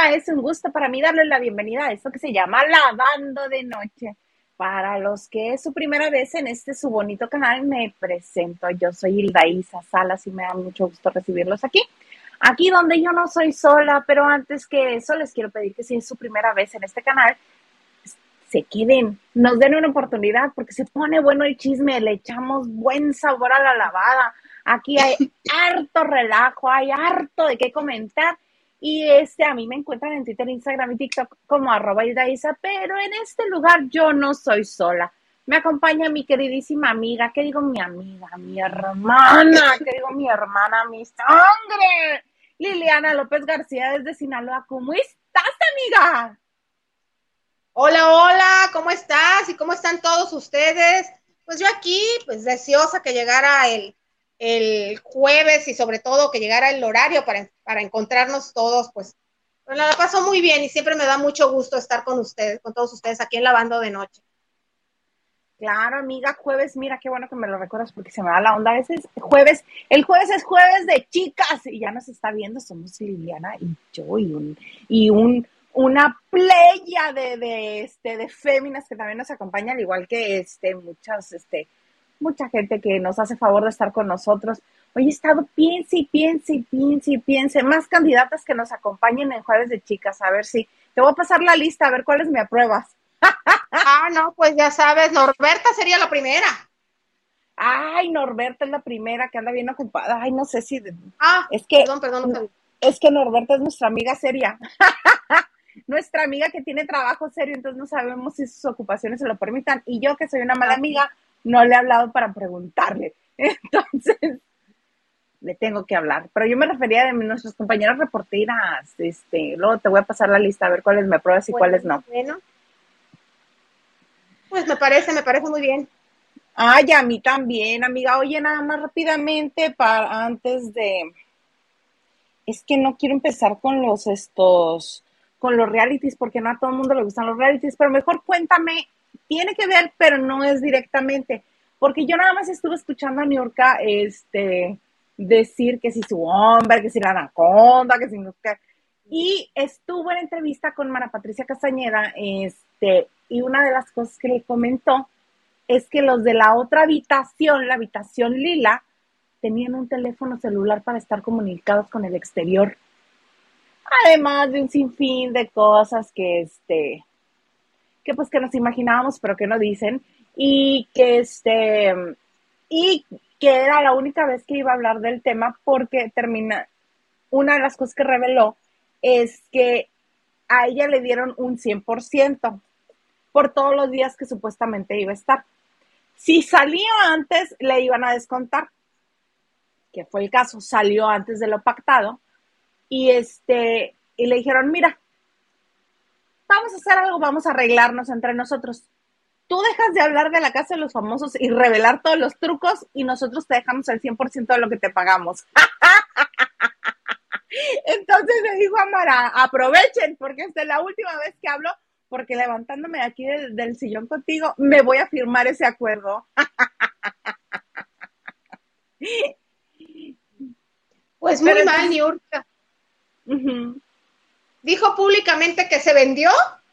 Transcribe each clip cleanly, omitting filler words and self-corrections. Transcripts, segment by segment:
Hola, es un gusto para mí darles la bienvenida a esto que se llama Lavando de Noche. Para los que es su primera vez en este su bonito canal, me presento. Yo soy Hilda Isa Salas y me da mucho gusto recibirlos aquí. Aquí donde yo no soy sola, pero antes que eso les quiero pedir que si es su primera vez en este canal, se queden, nos den una oportunidad porque se pone bueno el chisme, le echamos buen sabor a la lavada. Aquí hay harto relajo, hay harto de qué comentar. Y a mí me encuentran en Twitter, Instagram y TikTok como @Hildaisa, pero en este lugar yo no soy sola. Me acompaña mi queridísima amiga, ¿qué digo mi amiga? Mi hermana, ¿qué digo mi hermana? Mi sangre. Liliana López García desde Sinaloa. ¿Cómo estás, amiga? Hola, hola, ¿cómo estás? ¿Y cómo están todos ustedes? Pues yo aquí, pues deseosa que llegara el jueves y sobre todo que llegara el horario para encontrarnos todos, pues la paso muy bien y siempre me da mucho gusto estar con ustedes, con todos ustedes aquí en Lavando de Noche. Claro, amiga, jueves, mira qué bueno que me lo recuerdas porque se me va la onda. A veces jueves, el jueves es jueves de chicas y ya nos está viendo, somos Liliana y yo una playa de féminas que también nos acompañan, al igual que mucha gente que nos hace favor de estar con nosotros. Hoy he estado piense y piense y piense y piense, más candidatas que nos acompañen en jueves de chicas, a ver si te voy a pasar la lista, a ver cuáles me apruebas. Ah, no, pues ya sabes, Norberta sería la primera. Ay, Norberta es la primera que anda bien ocupada. Ay, no sé si. Ah, Es que. perdón, no sabía. Es que Norberta es nuestra amiga seria. Nuestra amiga que tiene trabajo serio, entonces no sabemos si sus ocupaciones se lo permitan. Y yo, que soy una mala Ah, amiga, no le he hablado para preguntarle. Entonces, le tengo que hablar. Pero yo me refería de nuestras compañeras reporteras. Luego te voy a pasar la lista a ver cuáles me apruebas y cuáles no. bueno, pues me parece muy bien. Ay, a mí también, amiga. Oye, nada más rápidamente para antes de. Es que no quiero empezar con con los realities, porque no a todo el mundo le gustan los realities, pero mejor cuéntame, tiene que ver, pero no es directamente, porque yo nada más estuve escuchando a Niurka, decir que si su hombre, que si la anaconda, que si no, y estuvo en entrevista con Mara Patricia Castañeda, y una de las cosas que le comentó es que los de la otra habitación, la habitación lila, tenían un teléfono celular para estar comunicados con el exterior, además de un sinfín de cosas que pues que nos imaginábamos pero que no dicen, y y que era la única vez que iba a hablar del tema porque una de las cosas que reveló es que a ella le dieron un 100% por todos los días que supuestamente iba a estar. Si salía antes, le iban a descontar, que fue el caso, salió antes de lo pactado, y le dijeron, mira, vamos a hacer algo, vamos a arreglarnos entre nosotros. Tú dejas de hablar de la casa de los famosos y revelar todos los trucos y nosotros te dejamos el 100% de lo que te pagamos. Entonces le dijo a Mara, aprovechen porque esta es la última vez que hablo, porque levantándome de aquí del sillón contigo, me voy a firmar ese acuerdo. Pues Pero muy mal, entonces, Niurka. uh-huh, Dijo públicamente que se vendió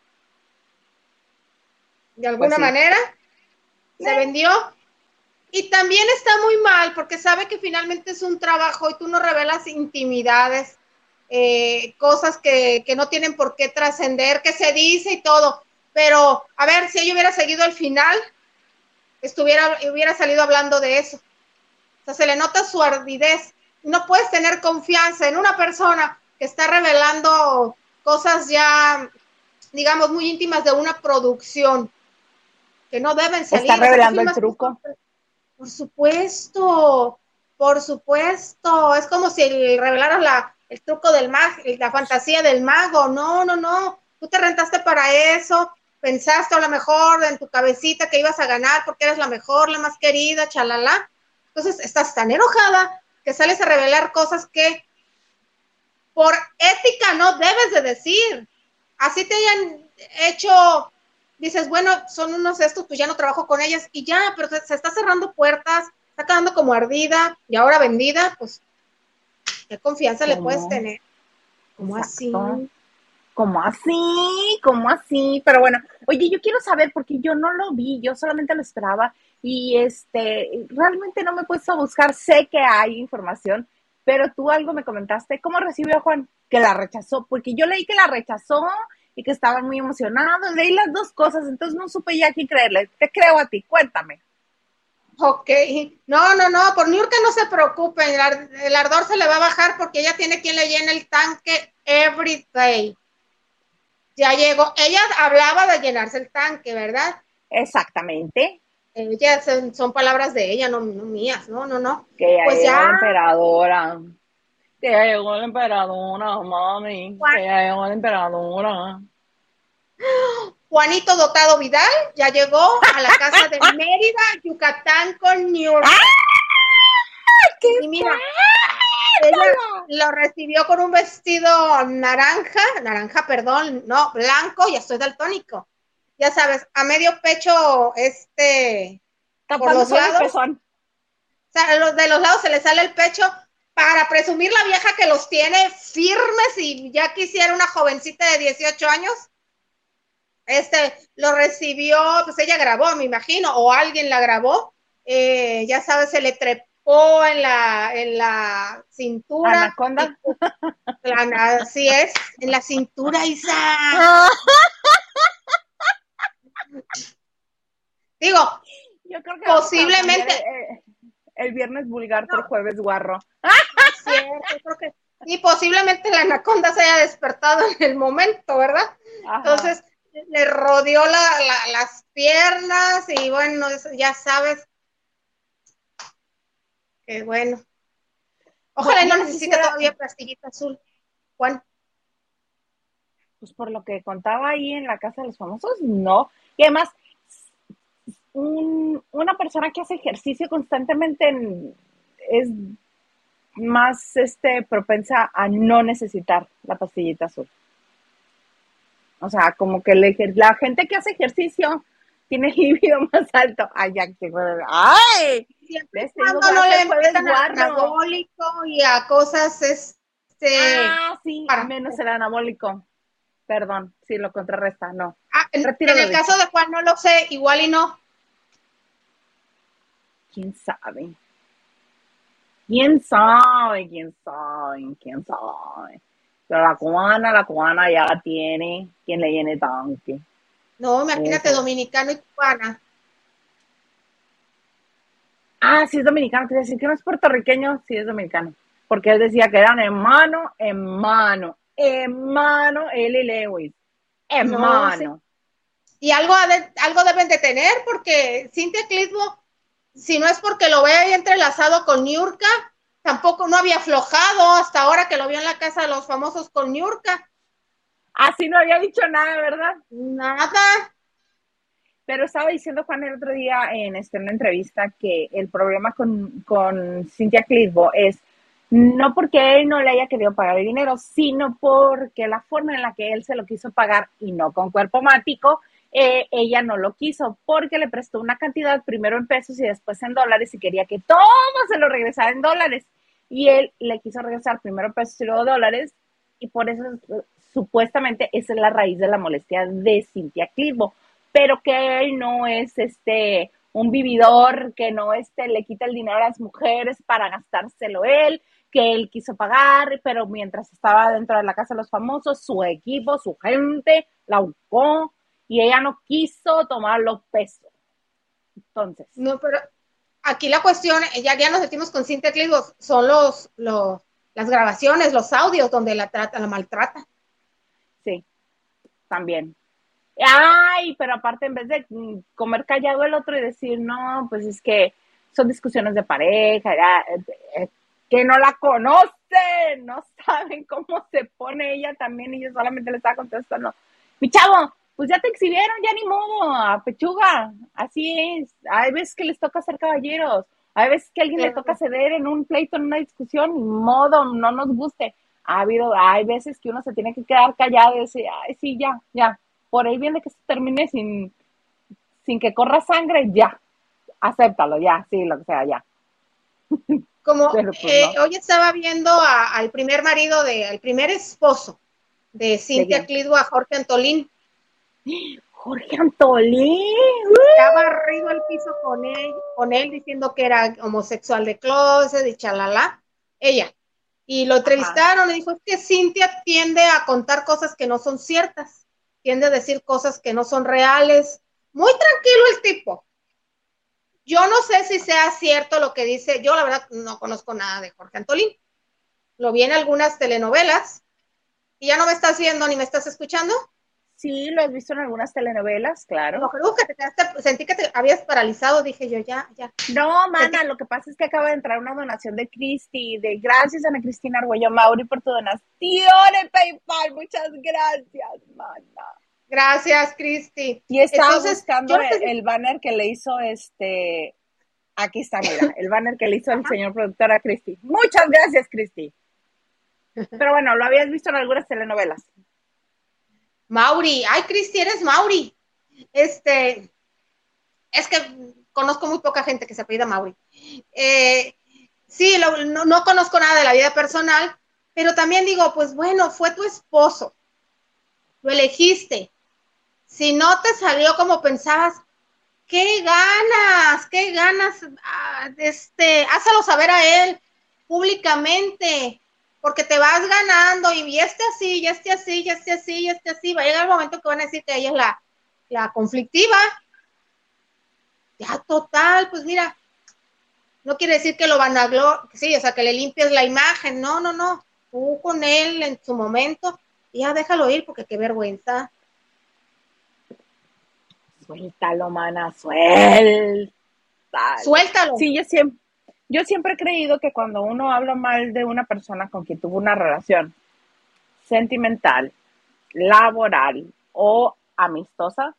de pues alguna sí. manera, se vendió y también está muy mal porque sabe que finalmente es un trabajo y tú no revelas intimidades, cosas que no tienen por qué trascender, que se dice y todo, pero a ver, si ella hubiera seguido el final, hubiera salido hablando de eso. O sea, se le nota su ardidez. No puedes tener confianza en una persona que está revelando cosas ya, digamos, muy íntimas de una producción que no deben Está salir. O sea, tú revelando el firmas truco. por supuesto, por supuesto. Es como si revelaras el truco del mago, la fantasía del mago. No, no, no. Tú te rentaste para eso, pensaste a lo mejor en tu cabecita que ibas a ganar porque eres la mejor, la más querida, chalala. Entonces estás tan enojada que sales a revelar cosas que por ética no debes de decir. Así te hayan hecho, dices, bueno, son unos estos, pues ya no trabajo con ellas y ya, pero se está cerrando puertas, está quedando como ardida y ahora vendida, pues, ¿qué confianza le puedes ¿Cómo? tener? ¿Cómo Exacto. así? ¿Cómo así? ¿Cómo así? Pero bueno, oye, yo quiero saber porque yo no lo vi, yo solamente lo esperaba y realmente no me he puesto a buscar, sé que hay información, pero tú algo me comentaste, ¿cómo recibió a Juan? Que la rechazó, porque yo leí que la rechazó y que estaban muy emocionados, leí las dos cosas, entonces no supe ya a quién creerle, te creo a ti, cuéntame. Ok, no, por Niurka no se preocupen, el ardor se le va a bajar porque ella tiene quien le llene el tanque every day. Ya llegó, ella hablaba de llenarse el tanque, ¿verdad? Exactamente. Ella, son palabras de ella, no mías, no. Que ya Pues llegó ya, la emperadora. Que ya llegó la emperadora, mami. Juan, Que ya llegó la emperadora. Juanito Dotado Vidal ya llegó a la casa de Mérida, Yucatán con Niurka. ¡Ah! ¡Qué Y mira, ella lo recibió con un vestido perdón, no, blanco, ya estoy daltónico. Ya sabes, a medio pecho, por tapando los solo el lados, pezón. o sea, de los lados se le sale el pecho para presumir la vieja que los tiene firmes y ya quisiera una jovencita de 18 años. Lo recibió, pues ella grabó, me imagino, o alguien la grabó. Ya sabes, se le trepó en la cintura. Anaconda. Así es, en la cintura, Isa. Digo, Yo creo que vamos a cambiar posiblemente, el viernes vulgar por no, jueves guarro. no es cierto, creo que sí, posiblemente la anaconda se haya despertado en el momento, ¿verdad? Ajá. Entonces, le rodeó las piernas y bueno, ya sabes que bueno. Bueno, Ojalá y yo no no necesite quisiera, todavía pastillita azul, Juan. pues por lo que contaba ahí en la casa de los famosos, no. Y además, una persona que hace ejercicio constantemente es más propensa a no necesitar la pastillita azul. O sea, como que la gente que hace ejercicio tiene el libido más alto. Ay, ya que ay, Siempre y les te digo que cuando va a no ser le jueves metan guarro. anabólico y a cosas, Ah, sí, para. menos el anabólico. Perdón, sí, lo contrarresta, no. En Retiro lo el caso dicho. de Juan no lo sé, igual y no. ¿Quién sabe? ¿Quién sabe? ¿Quién sabe? ¿Quién sabe? Pero la cubana ya la tiene. ¿Quién le llene tanque? No, imagínate, Eso. dominicano y cubana. Ah, sí es dominicano. Quiere decir que no es puertorriqueño. Sí es dominicano. Porque él decía que eran hermano, él y Lewis. No, sí. Hermano. Y algo deben de tener, porque Cintia Clitbo, si no es porque lo ve ahí entrelazado con Niurka, tampoco no había aflojado hasta ahora que lo vio en la casa de los famosos con Niurka. Así no había dicho nada, ¿verdad? Nada. Pero estaba diciendo Juan el otro día en una entrevista que el problema con Cynthia Clitbo es no porque él no le haya querido pagar el dinero, sino porque la forma en la que él se lo quiso pagar y no con cuerpo mático, ella no lo quiso porque le prestó una cantidad primero en pesos y después en dólares y quería que todo se lo regresara en dólares. Y él le quiso regresar primero en pesos y luego dólares y por eso supuestamente esa es la raíz de la molestia de Cynthia Clitbo, pero que él no es un vividor, que no le quita el dinero a las mujeres para gastárselo él, que él quiso pagar, pero mientras estaba dentro de la casa de los famosos, su equipo, su gente, la buscó y ella no quiso tomar los pesos. Entonces. No, pero aquí la cuestión, ya nos sentimos con Cintia Clitbo, son las grabaciones, los audios donde la maltrata. Sí, también. Ay, pero aparte en vez de comer callado el otro y decir, no, pues es que son discusiones de pareja, que no la conocen, no saben cómo se pone ella también y yo solamente le estaba contestando, mi chavo, pues ya te exhibieron, ya ni modo, a pechuga, así es, hay veces que les toca ser caballeros, hay veces que a alguien le toca ceder en un pleito, en una discusión, ni modo, no nos guste, hay veces que uno se tiene que quedar callado y decir, ay, sí, ya, por el bien de que se termine sin que corra sangre, ya, acéptalo, ya, sí, lo que sea, ya. Como Pero pues no. hoy estaba viendo al primer marido, al primer esposo de ¿De Cintia quién? Clitbo a Jorge Antolín. Jorge Antolín. Ya barrido el piso con él diciendo que era homosexual de closet y chalala. Ella. Y lo Ajá. entrevistaron y dijo, es que Cintia tiende a contar cosas que no son ciertas, tiende a decir cosas que no son reales. Muy tranquilo el tipo. Yo no sé si sea cierto lo que dice, yo la verdad no conozco nada de Jorge Antolín. Lo vi en algunas telenovelas y ya no me estás viendo ni me estás escuchando. Sí, lo has visto en algunas telenovelas, claro. Lo creo que te quedaste, sentí que te habías paralizado, dije yo, ya, ya. No, Sentí, mana, lo que pasa es que acaba de entrar una donación de Cristi, de gracias Ana Cristina Arguello Mauri por tu donación en PayPal. Muchas gracias, mana. gracias, Cristi. Y estaba Entonces, yo buscando no sé si, el banner que le hizo aquí está, mira, el banner que le hizo el señor productor a Cristi. Muchas gracias, Cristi. Pero bueno, lo habías visto en algunas telenovelas. Mauri, ay, Cristi, eres Mauri. Este, es que conozco muy poca gente que se apellida Mauri. Sí, no conozco nada de la vida personal, pero también digo, pues bueno, fue tu esposo, lo elegiste. Si no te salió como pensabas, qué ganas, hácelo saber a él públicamente, porque te vas ganando y así, y así, y así, y así, va a llegar el momento que van a decir que ella es la conflictiva. Ya, total, pues mira, no quiere decir que lo van a sí, o sea, que le limpies la imagen, no, no, no, tú con él en su momento, y ya déjalo ir, porque qué vergüenza. Suéltalo, mana, suéltalo. Suéltalo. Sí, yo siempre he creído que cuando uno habla mal de una persona con quien tuvo una relación sentimental, laboral o amistosa,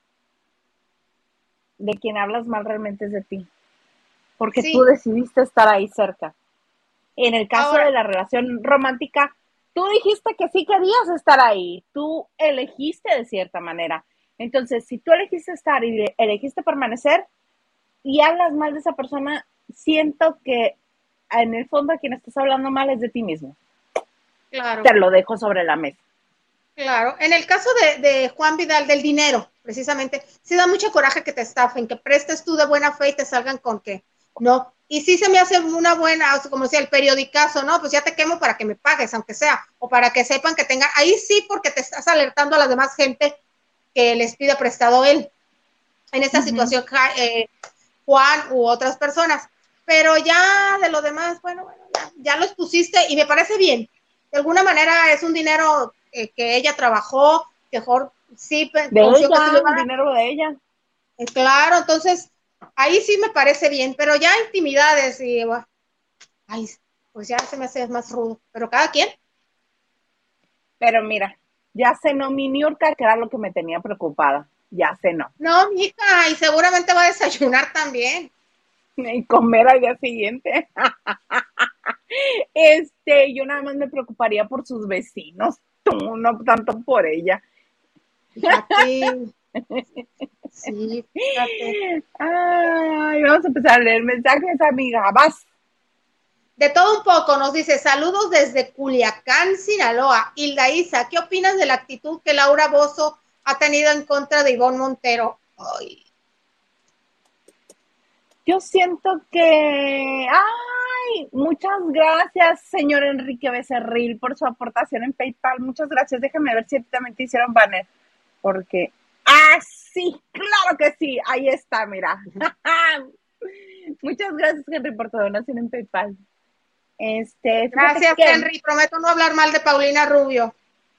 de quien hablas mal realmente es de ti, porque tú Sí, decidiste estar ahí cerca. En el caso de ahora, la relación romántica, tú dijiste que sí querías estar ahí, tú elegiste de cierta manera. Entonces, si tú elegiste estar y elegiste permanecer y hablas mal de esa persona, siento que en el fondo a quien estás hablando mal es de ti mismo. claro. Te lo dejo sobre la mesa. Claro, en el caso de Juan Vidal, del dinero, precisamente, sí da mucho coraje que te estafen, que prestes tú de buena fe y te salgan con que no. Y sí se me hace una buena, o sea, como decía, el periodicazo, ¿no? Pues ya te quemo para que me pagues, aunque sea, o para que sepan que tengan, ahí sí, porque te estás alertando a la demás gente que les pida prestado él. En esta situación, Juan u otras personas. Pero ya de lo demás, bueno, ya los pusiste y me parece bien. De alguna manera es un dinero que ella trabajó, que mejor sí De confío que se lo ella, van a... dinero de ella. Claro, entonces ahí sí me parece bien, pero ya intimidades y, ay, pues ya se me hace más rudo. Pero cada quien. Pero mira, ya cenó mi Niurka, que era lo que me tenía preocupada. Ya cenó. No, mija, y seguramente va a desayunar también. Y comer al día siguiente. Yo nada más me preocuparía por sus vecinos, tú, no tanto por ella. Fíjate, sí, fíjate. Ay, vamos a empezar a leer mensajes, amiga. Vas. De todo un poco, nos dice, saludos desde Culiacán, Sinaloa. Hilda Isa, ¿qué opinas de la actitud que Laura Bozzo ha tenido en contra de Ivonne Montero? Ay. Yo siento que. ¡Ay! Muchas gracias, señor Enrique Becerril, por su aportación en PayPal. Muchas gracias. Déjame ver si también te hicieron banner. Porque. ¡Ah, sí! ¡Claro que sí! Ahí está, mira. Muchas gracias, Henry, por tu donación en PayPal. Fíjate Gracias, que. Henry. Prometo no hablar mal de Paulina Rubio.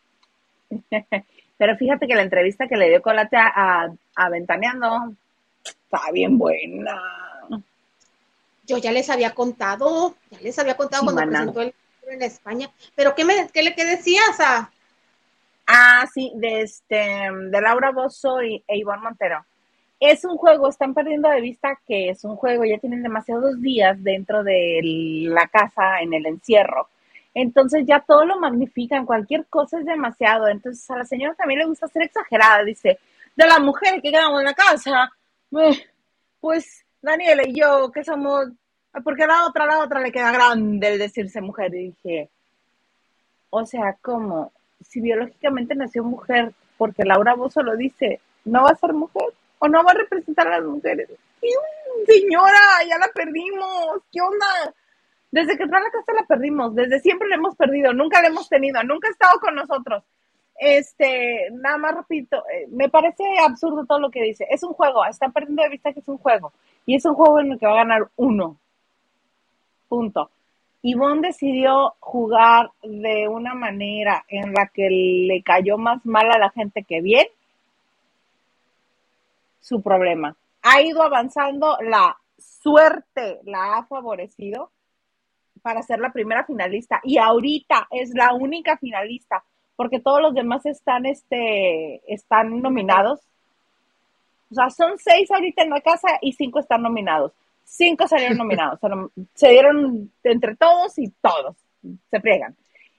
Pero fíjate que la entrevista que le dio Colate a Ventaneando está bien buena. Yo ya les había contado Sí, cuando mana. presentó el libro en España. Pero ¿qué decías? Sí, de Laura Bozzo e Ivonne Montero. Es un juego, están perdiendo de vista que es un juego, ya tienen demasiados días dentro de la casa en el encierro. Entonces ya todo lo magnifican, cualquier cosa es demasiado. Entonces a la señora también le gusta ser exagerada, dice, de la mujer que quedamos en la casa, pues Daniela y yo, que somos, porque a la otra le queda grande el decirse mujer. Y dije, o sea, ¿cómo? si biológicamente nació mujer, porque Laura Bozzo lo dice, no va a ser mujer o no va a representar a las mujeres. Señora, ya la perdimos, ¿qué onda? Desde que entró a la casa la perdimos, desde siempre la hemos perdido, nunca la hemos tenido, nunca ha estado con nosotros. Nada más repito, me parece absurdo todo lo que dice. Es un juego, están perdiendo de vista que es un juego. Y es un juego en el que va a ganar uno. Punto. Ivonne decidió jugar de una manera en la que le cayó más mal a la gente que bien. Su problema. Ha ido avanzando, la suerte la ha favorecido para ser la primera finalista. Y ahorita es la única finalista, porque todos los demás están nominados. O sea, son 6 ahorita en la casa y 5 están nominados. 5 salieron nominados. Se dieron entre todos y todos. Se friegan.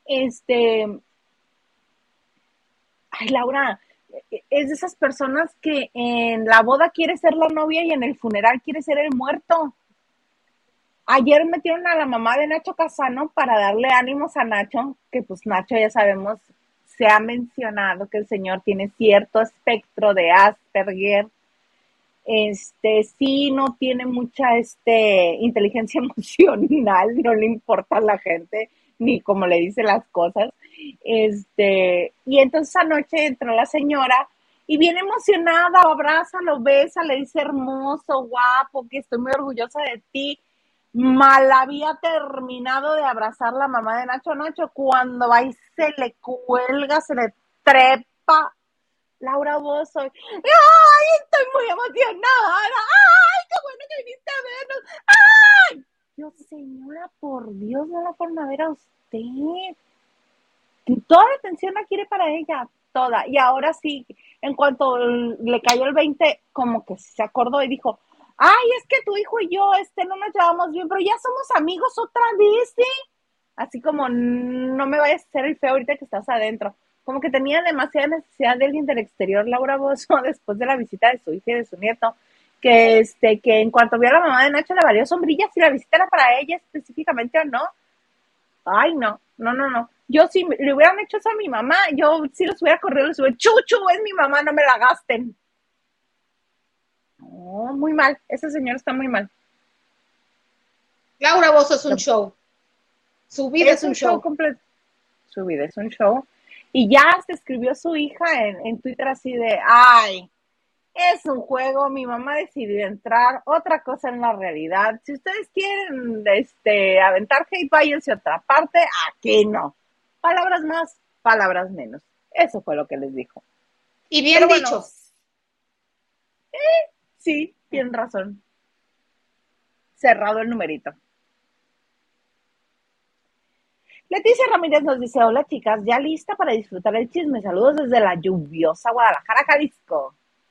Ay, Laura, es de esas personas que en la boda quiere ser la novia y en el funeral quiere ser el muerto. Ayer metieron a la mamá de Nacho Casano para darle ánimos a Nacho, que pues Nacho ya sabemos, se ha mencionado que el señor tiene cierto espectro de Asperger. Sí, no tiene mucha inteligencia emocional, no le importa a la gente, ni como le dice las cosas. Y entonces anoche entró la señora y bien emocionada, abraza, lo besa, le dice hermoso, guapo, que estoy muy orgullosa de ti. Mal había terminado de abrazar la mamá de Nacho cuando va y se le cuelga, se le trepa Laura Bozzo. ¡Ay, estoy muy emocionada! ¡Ay, qué bueno que viniste a vernos! ¡Ay! Dios, señora, por Dios, no la forma a ver a usted. Toda la atención la quiere para ella, toda. Y ahora sí, en cuanto le cayó el 20, como que se acordó y dijo, ay, es que tu hijo y yo no nos llevamos bien, pero ya somos amigos otra vez, ¿sí? Así como, no me vayas a hacer el feo ahorita que estás adentro. Como que tenía demasiada necesidad de alguien del exterior, Laura Bozzo, después de la visita de su hija y de su nieto, que en cuanto vio a la mamá de Nacho le valió sombrilla si la visita era para ella específicamente o no. Ay, no. Yo si le hubieran hecho eso a mi mamá, yo sí los hubiera corrido, les hubiera, chuchu, es mi mamá, no me la gasten. No, muy mal, ese señor está muy mal. Laura Bozzo es un show. Su vida es un show completo. Su vida es un show. Y ya se escribió su hija en Twitter así de, ay, es un juego, mi mamá decidió entrar, otra cosa en la realidad. Si ustedes quieren aventar hate, váyanse a otra parte, aquí no. Palabras más, palabras menos. Eso fue lo que les dijo. Y bien pero dicho. Bueno, sí, tienen razón. Cerrado el numerito. Leticia Ramírez nos dice, hola chicas, ya lista para disfrutar el chisme. Saludos desde la lluviosa Guadalajara, Jalisco.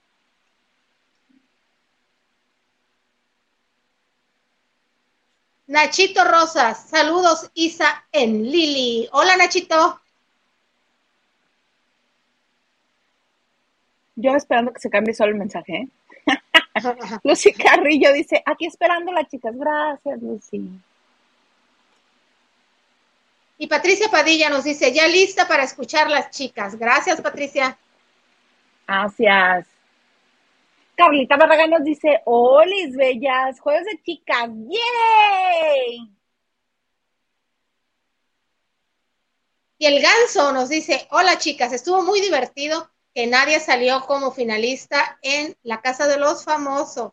Nachito Rosas, saludos Isa en Lili. Hola Nachito. Yo esperando que se cambie solo el mensaje, ¿eh? Lucy Carrillo dice, aquí esperando las chicas. Gracias, Lucy. Y Patricia Padilla nos dice, ya lista para escuchar las chicas. Gracias, Patricia. Gracias. Carlita Barragán nos dice, holis, bellas, juegos de chicas. ¡Yay! Y el Ganso nos dice, hola chicas, estuvo muy divertido que nadie salió como finalista en la Casa de los Famosos.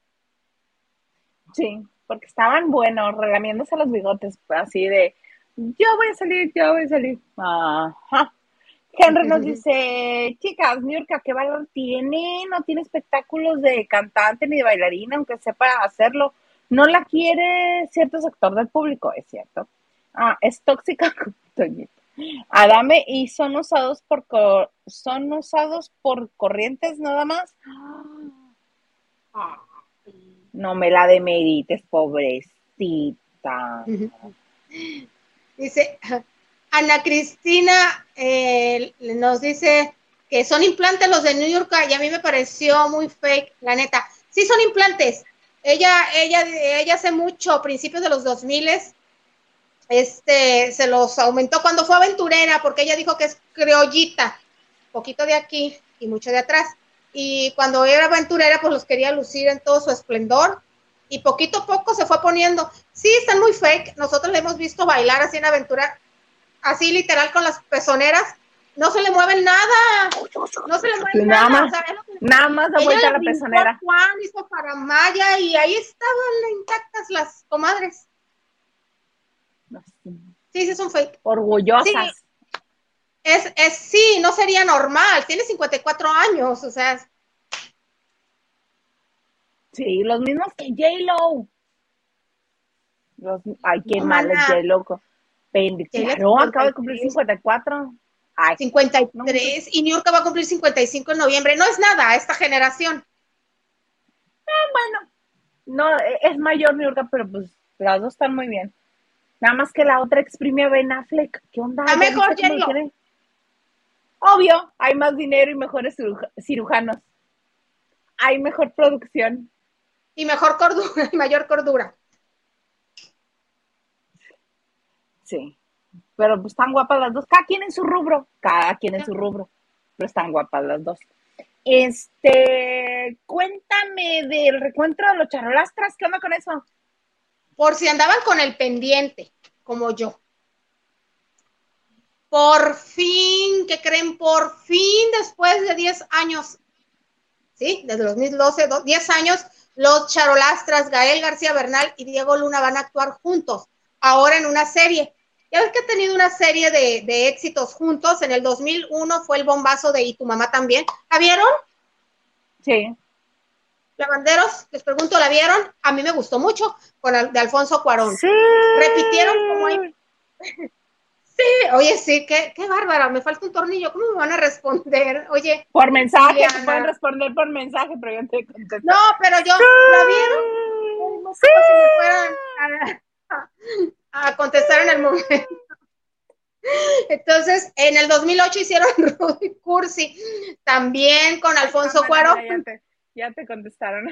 Sí, porque estaban buenos, relamiéndose los bigotes, así de, yo voy a salir. Ajá. Henry nos dice, chicas, Niurka, ¿qué valor tiene? No tiene espectáculos de cantante ni de bailarina, aunque sepa hacerlo. No la quiere cierto sector del público, es cierto. Es tóxica con Toñito. Adame, y son usados por corrientes nada más. No me la demerites, pobrecita. Dice Ana Cristina nos dice que son implantes los de New York y a mí me pareció muy fake, la neta. Sí son implantes. Ella hace mucho, principios de los 2000 se los aumentó cuando fue aventurera, porque ella dijo que es criollita, poquito de aquí y mucho de atrás. Y cuando era aventurera, pues los quería lucir en todo su esplendor. Y poquito a poco se fue poniendo. Sí, están muy fake. Nosotros le hemos visto bailar así en aventura, así literal con las pezoneras. No se le mueven nada. No se le mueve nada. O sea, nada más da vuelta a la pezonera. Juan hizo para Maya y ahí estaban intactas las comadres. Sí, son fake. Orgullosas. Sí, sí, no sería normal. Tiene 54 años, o sea. Sí, los mismos que J-Lo. Ay, qué malo es J-Lo. Claro, acaba de cumplir 54. Ay, 53, no, y Niurka va a cumplir 55 en noviembre. No es nada esta generación. Bueno, no, es mayor Niurka, pero pues las dos están muy bien. Nada más que la otra exprime a Ben Affleck. ¿Qué onda? A mejor J-Lo. Obvio, hay más dinero y mejores cirujanos. Hay mejor producción. Y mejor cordura, y mayor cordura. Sí. Pero pues están guapas las dos. Cada quien en su rubro. Pero están guapas las dos. Cuéntame del recuento de los charolastras. ¿Qué onda con eso? Por si andaban con el pendiente, como yo. Por fin, ¿qué creen? Por fin, después de 10 años, ¿sí? Desde 2012, 10 años, los charolastras Gael García Bernal y Diego Luna van a actuar juntos, ahora en una serie. Ya ves que ha tenido una serie de éxitos juntos. En el 2001 fue el bombazo de Y tu mamá también. ¿La vieron? Sí. Lavanderos, les pregunto, ¿la vieron? A mí me gustó mucho, de Alfonso Cuarón. Sí. Repitieron como hay... Sí, oye, sí, qué bárbara, me falta un tornillo, ¿cómo me van a responder? Oye. Por mensaje, te pueden responder por mensaje, pero yo te contesto. No, pero yo, ¿la vieron? No sé si me fueran a contestar en el momento. Entonces, en el 2008 hicieron Rudy Cursi, también con Alfonso Cuarón. Ya te contestaron.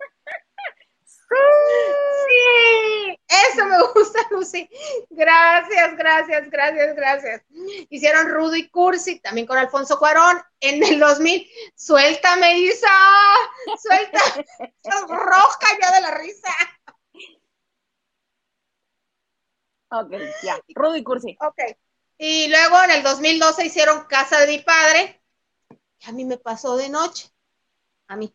Sí, eso me gusta, Lucy. Gracias. Hicieron Rudy Cursi, también con Alfonso Cuarón. En el 2000, suéltame, Isa, suéltame. Roja ya de la risa. Ok, ya, Rudy Cursi. Ok, y luego en el 2012 hicieron Casa de mi padre. Y a mí me pasó de noche. A mí.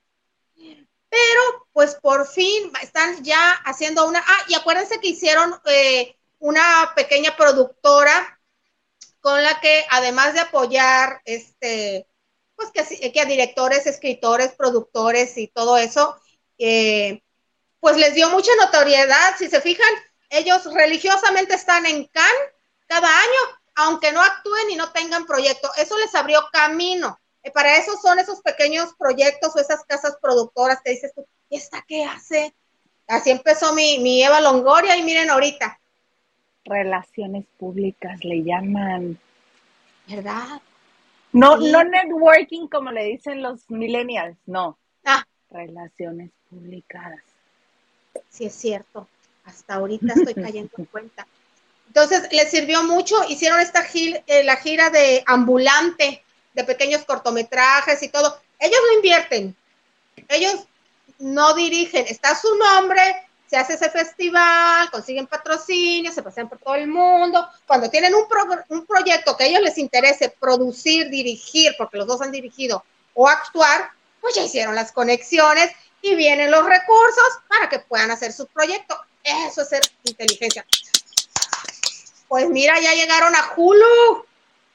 Pero pues por fin están ya haciendo una, y acuérdense que hicieron una pequeña productora con la que además de apoyar pues que a directores, escritores, productores y todo eso, pues les dio mucha notoriedad. Si se fijan, ellos religiosamente están en Cannes cada año, aunque no actúen y no tengan proyecto. Eso les abrió camino. Para eso son esos pequeños proyectos o esas casas productoras que dices tú, ¿y esta qué hace? Así empezó mi Eva Longoria y miren ahorita. Relaciones públicas le llaman. ¿Verdad? No, sí. No networking como le dicen los millennials, no. Relaciones públicas. Sí, es cierto. Hasta ahorita estoy cayendo en cuenta. Entonces, les sirvió mucho. Hicieron la gira de ambulante, de pequeños cortometrajes y todo. Ellos no invierten, ellos no dirigen, está su nombre, se hace ese festival, consiguen patrocinio, se pasean por todo el mundo. Cuando tienen un proyecto que a ellos les interese producir, dirigir, porque los dos han dirigido, o actuar, pues ya hicieron las conexiones y vienen los recursos para que puedan hacer su proyecto. Eso es ser inteligencia. Pues mira, ya llegaron a Hulu.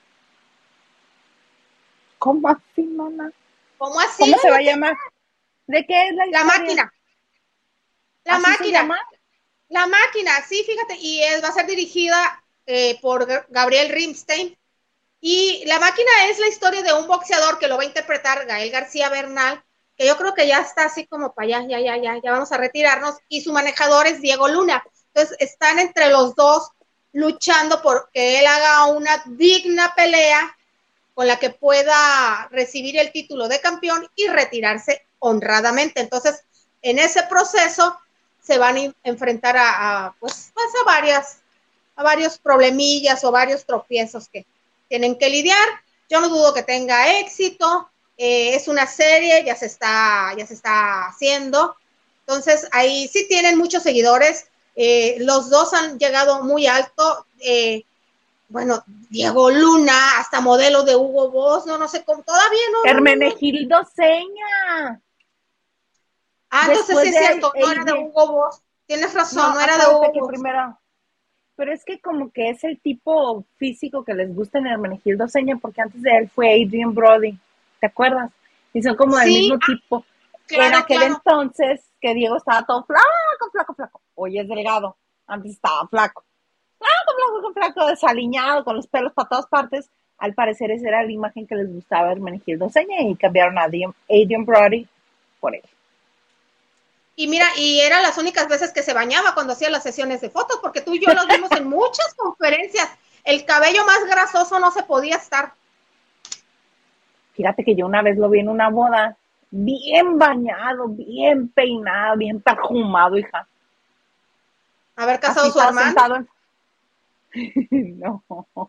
¿Cómo así, mamá? ¿Cómo así? ¿Cómo se va a llamar? ¿De qué es la historia? Máquina. La ¿Así máquina. se llama? La máquina, sí, fíjate, y va a ser dirigida por Gabriel Rimstein. Y La máquina es la historia de un boxeador que lo va a interpretar Gael García Bernal, que yo creo que ya está así como para allá, ya vamos a retirarnos, y su manejador es Diego Luna. Entonces están entre los dos luchando por que él haga una digna pelea con la que pueda recibir el título de campeón y retirarse honradamente. Entonces, en ese proceso se van a enfrentar a varias varios problemillas o varios tropiezos que tienen que lidiar. Yo no dudo que tenga éxito. Es una serie, ya se está haciendo. Entonces, ahí sí tienen muchos seguidores. Los dos han llegado muy alto. Bueno, Diego Luna, hasta modelo de Hugo Boss, no sé cómo, todavía no. Hermenegildo Seña. Entonces sí es cierto, no era de Hugo Boss. Tienes razón, no era de Hugo Boss. Primero, pero es que como que es el tipo físico que les gusta en Hermenegildo Seña, porque antes de él fue Adrien Brody, ¿te acuerdas? Y son como del mismo tipo. Claro, en aquel entonces que Diego estaba todo flaco. Hoy es delgado, antes estaba flaco, desaliñado, con los pelos para todas partes. Al parecer esa era la imagen que les gustaba a Hermenegildo Seña y cambiaron a Adrien Brody por él. Y mira, y eran las únicas veces que se bañaba cuando hacía las sesiones de fotos, porque tú y yo los vimos en muchas conferencias. El cabello más grasoso no se podía estar. Fíjate que yo una vez lo vi en una boda, bien bañado, bien peinado, bien perfumado, hija. ¿Haber casado su hermano? No,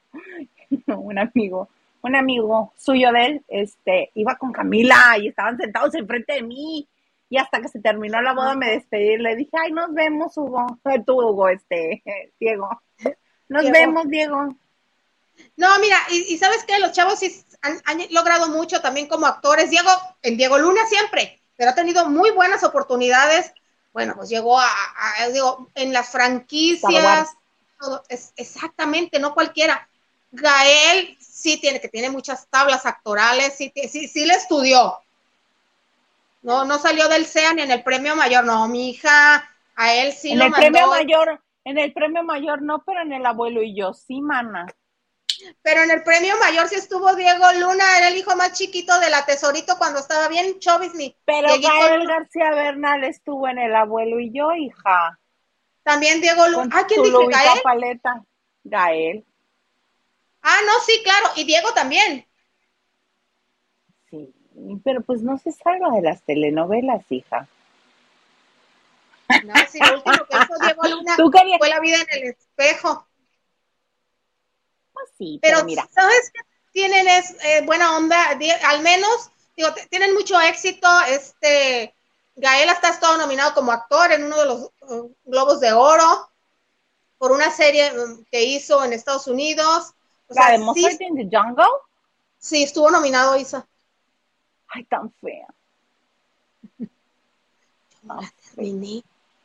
un amigo suyo de él, iba con Camila y estaban sentados enfrente de mí. Y hasta que se terminó la boda me despedí y le dije, ay, nos vemos, Hugo. Tú, Hugo, Diego. Nos vemos, Diego. No, mira, y ¿sabes qué? Los chavos sí han logrado mucho también como actores. Diego Luna siempre, pero ha tenido muy buenas oportunidades. Bueno, pues llegó en las franquicias. Todo, exactamente, no cualquiera. Gael sí tiene muchas tablas actorales, sí le estudió. No salió del CEA ni en el premio mayor, no, mi hija, a él sí lo mandó. En el premio mayor no, pero en el abuelo y yo sí, mana. Pero en el premio mayor sí estuvo Diego Luna, era el hijo más chiquito de la Tesorito cuando estaba bien chovis. Pero Gael García Bernal estuvo en el abuelo y yo, hija. También Diego Luna. ¿Quién dice Gael? Paleta. Gael. No, sí, claro, y Diego también. Sí, pero pues no se salva de las telenovelas, hija. No, sí, lo último que hizo Diego Luna fue La vida en el espejo. Pues sí, pero mira. ¿Sabes qué tienen? Es buena onda, al menos, tienen mucho éxito. Gael hasta ha estado nominado como actor en uno de los Globos de Oro por una serie que hizo en Estados Unidos. ¿La de Mozart in the Jungle? Sí, estuvo nominado, Isa. Ay, tan fea. No la terminé.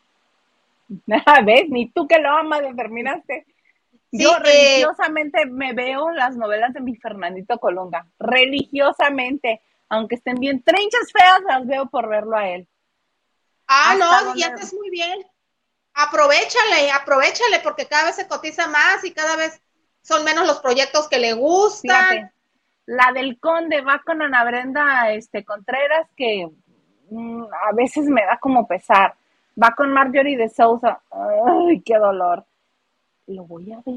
¿Ves? Ni tú que lo amas lo terminaste. Sí, yo religiosamente me veo las novelas de mi Fernandito Colunga. Religiosamente. Aunque estén bien trinchas feas, las veo por verlo a él. No, y haces muy bien. Aprovechale, porque cada vez se cotiza más y cada vez son menos los proyectos que le gustan. Fíjate, la del Conde va con Ana Brenda Contreras, que a veces me da como pesar. Va con Marjorie de Sousa. Ay, qué dolor. Lo voy a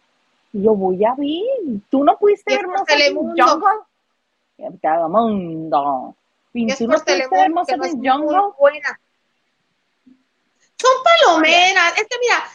ver. ¿Tú no pudiste ver Mozart in the Jungle? Telemundo. ¿Tú no pudiste ver Mozart in the Jungle? Buena. Son palomeras. Es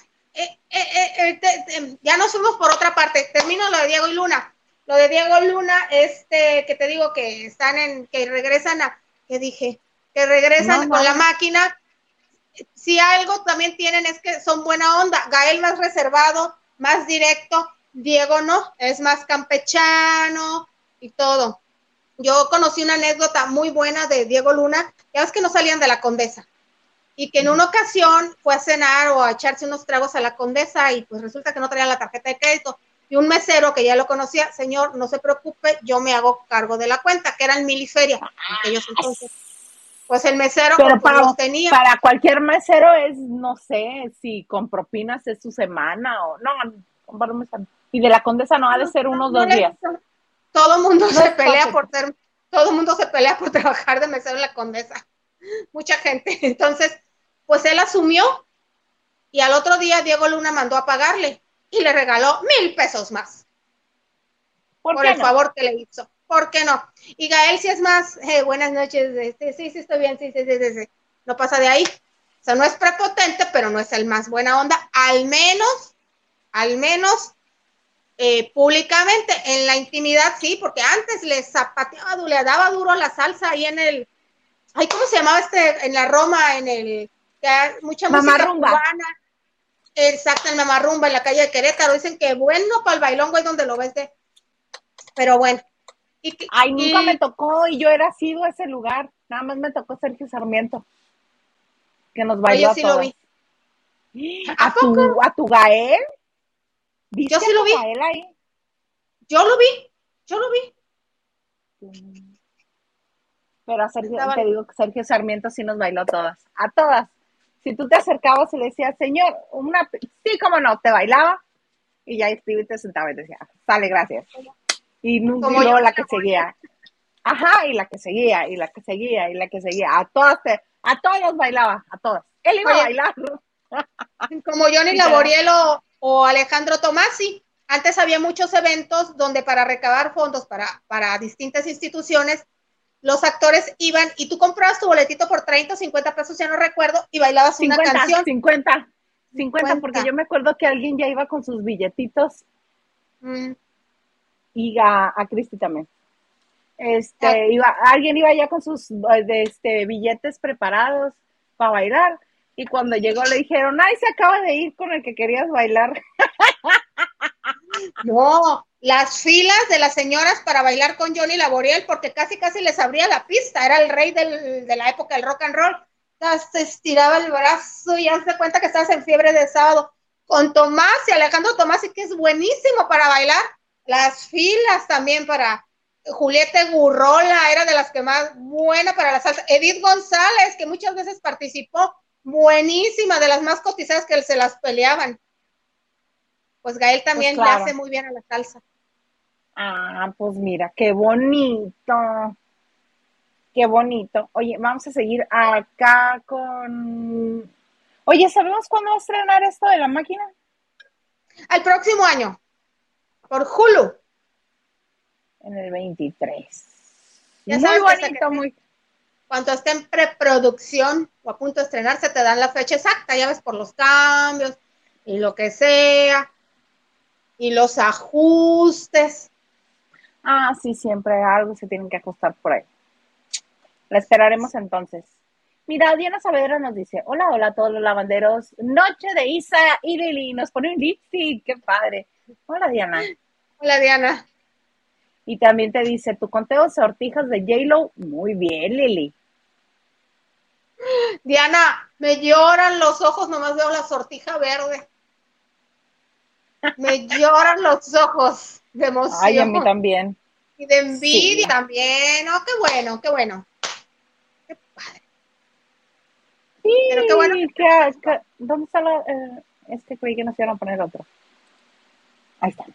que mira, ya nos fuimos por otra parte. Termino lo de Diego y Luna. Lo de Diego Luna, que te digo que que regresan que regresan con la máquina. Si algo también tienen es que son buena onda. Gael más reservado, más directo. Diego no, es más campechano y todo. Yo conocí una anécdota muy buena de Diego Luna. Ya ves que no salían de la Condesa. Y que en una ocasión fue a cenar o a echarse unos tragos a la Condesa y pues resulta que no traían la tarjeta de crédito. Y un mesero que ya lo conocía, señor, no se preocupe, yo me hago cargo de la cuenta, que era el Miliferia. Aquellos entonces. Pues el mesero los tenía. Para cualquier mesero es, no sé, si con propinas es su semana o no, y de la Condesa no ha de ser unos 2 días. Todo el mundo se pelea por trabajar de mesero en la Condesa. Mucha gente. Entonces, pues él asumió y al otro día Diego Luna mandó a pagarle y le regaló 1,000 pesos más. Por el favor que le hizo. ¿Por qué no? Y Gael sí es más, buenas noches, sí, estoy bien, sí. No pasa de ahí. O sea, no es prepotente, pero no es el más buena onda. Al menos al menos públicamente. En la intimidad sí, porque antes le zapateaba, le daba duro a la salsa ahí en el, ay, ¿cómo se llamaba en la Roma, en el, que hay mucha música cubana? Exacto, en Mamarrumba, en la calle de Querétaro. Dicen que bueno para el bailongo es donde lo ves pero bueno. Ay, nunca me tocó y yo era sido a ese lugar. Nada más me tocó Sergio Sarmiento, que nos bailó a todos. Sí lo vi. ¿A tu Gael? ¿Viste yo sí lo vi. Gael ahí? Yo lo vi. Pero a Sergio, te digo que Sergio Sarmiento sí nos bailó a todas. Si tú te acercabas y le decías, señor, sí, cómo no, te bailaba, y ya Stevie te sentaba y decía, sale, gracias. Y luego la que seguía. Ajá, y la que seguía, y la que seguía, y la que seguía. A todas los bailaba, a todas. Él iba a bailar. Como Johnny Laboriel o Alejandro Tomasi. Antes había muchos eventos donde para recabar fondos para distintas instituciones, los actores iban y tú comprabas tu boletito por 30 o 50 pesos, ya no recuerdo, y bailabas 50, una canción. 50, porque yo me acuerdo que alguien ya iba con sus billetitos. Y a Cristi también. Alguien iba ya con sus billetes preparados para bailar, y cuando llegó le dijeron, ay, se acaba de ir con el que querías bailar. No, las filas de las señoras para bailar con Johnny Laboriel, porque casi les abría la pista, era el rey de la época del rock and roll. Se estiraba el brazo y hace cuenta que estabas en fiebre de sábado. Con Tomás y Alejandro Tomás, y que es buenísimo para bailar. Las filas también para Julieta Gurrola, era de las que más buena para la salsa. Edith González, que muchas veces participó, buenísima, de las más cotizadas que se las peleaban. Pues Gael también le hace muy bien a la salsa. Ah, pues mira, qué bonito. Qué bonito. Oye, vamos a seguir acá con... Oye, ¿sabemos cuándo va a estrenar esto de la máquina? Al próximo año, por Hulu. En el 23. Ya muy bonito, muy... Cuando esté en preproducción o a punto de estrenarse, te dan la fecha exacta, ya ves, por los cambios y lo que sea, y los ajustes. Ah, sí, siempre algo se tienen que ajustar por ahí. La esperaremos entonces. Mira, Diana Saavedra nos dice, hola a todos los lavanderos, noche de Isa y Lili, nos pone un lipstick, qué padre. Hola, Diana. Hola, Diana. Y también te dice, tu conteo de sortijas de J-Lo, muy bien, Lili. Diana, me lloran los ojos, nomás veo la sortija verde. Me lloran los ojos de emoción. Ay, a mí también. Y de envidia también. Oh, qué bueno, qué bueno. Qué padre. Sí, pero qué bueno. ¿Dónde está la...? Es que creí que nos iban a poner otro. Ahí está.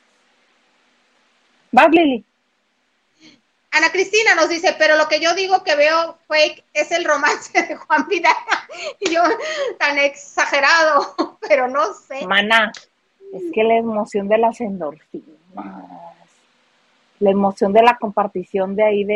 Va, Lili. Ana Cristina nos dice, pero lo que yo digo que veo fake es el romance de Juan Vidal. Y yo, tan exagerado, pero no sé. Mana, es que la emoción de las endorfinas, la emoción de la compartición de ahí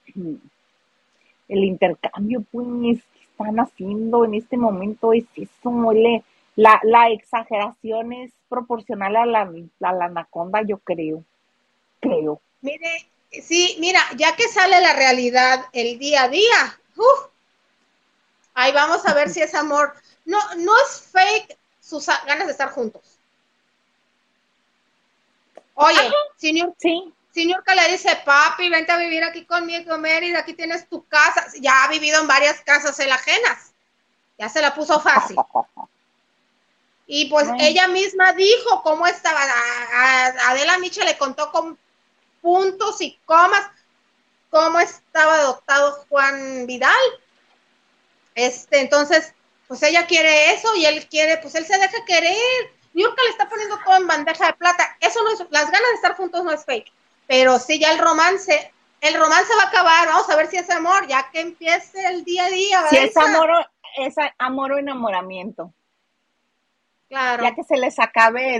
el intercambio, pues, que están haciendo en este momento es eso, la exageración es proporcional a la anaconda, yo creo. Mire, sí, mira, ya que sale la realidad el día a día, ahí vamos a ver si es amor. No es fake sus ganas de estar juntos. Oye, señor que le dice, papi, vente a vivir aquí conmigo, Mérida, aquí tienes tu casa. Ya ha vivido en varias casas ajenas. Ya se la puso fácil. Y pues ella misma dijo cómo estaba. Adela Micha le contó con puntos y comas cómo estaba adoptado Juan Vidal. Entonces, pues ella quiere eso y él quiere, pues él se deja querer. Niurka le está poniendo todo en bandeja de plata. Eso no es, las ganas de estar juntos no es fake. Pero sí, ya el romance va a acabar. Vamos a ver si es amor, ya que empiece el día a día. ¿verdad? Si es amor o enamoramiento. Claro. Ya que se les acabe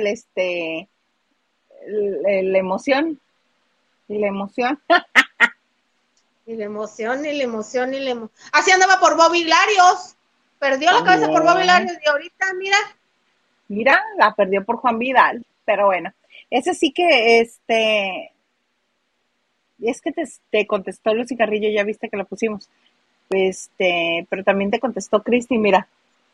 la emoción. Y la emoción. Y la emoción. Así andaba por Bobby Larios. Perdió la cabeza por Bobby Larios y ahorita, mira. Mira, la perdió por Juan Vidal, pero bueno, ese sí que, es que te contestó Lucy Carrillo, ya viste que la pusimos, pero también te contestó Cristi, mira.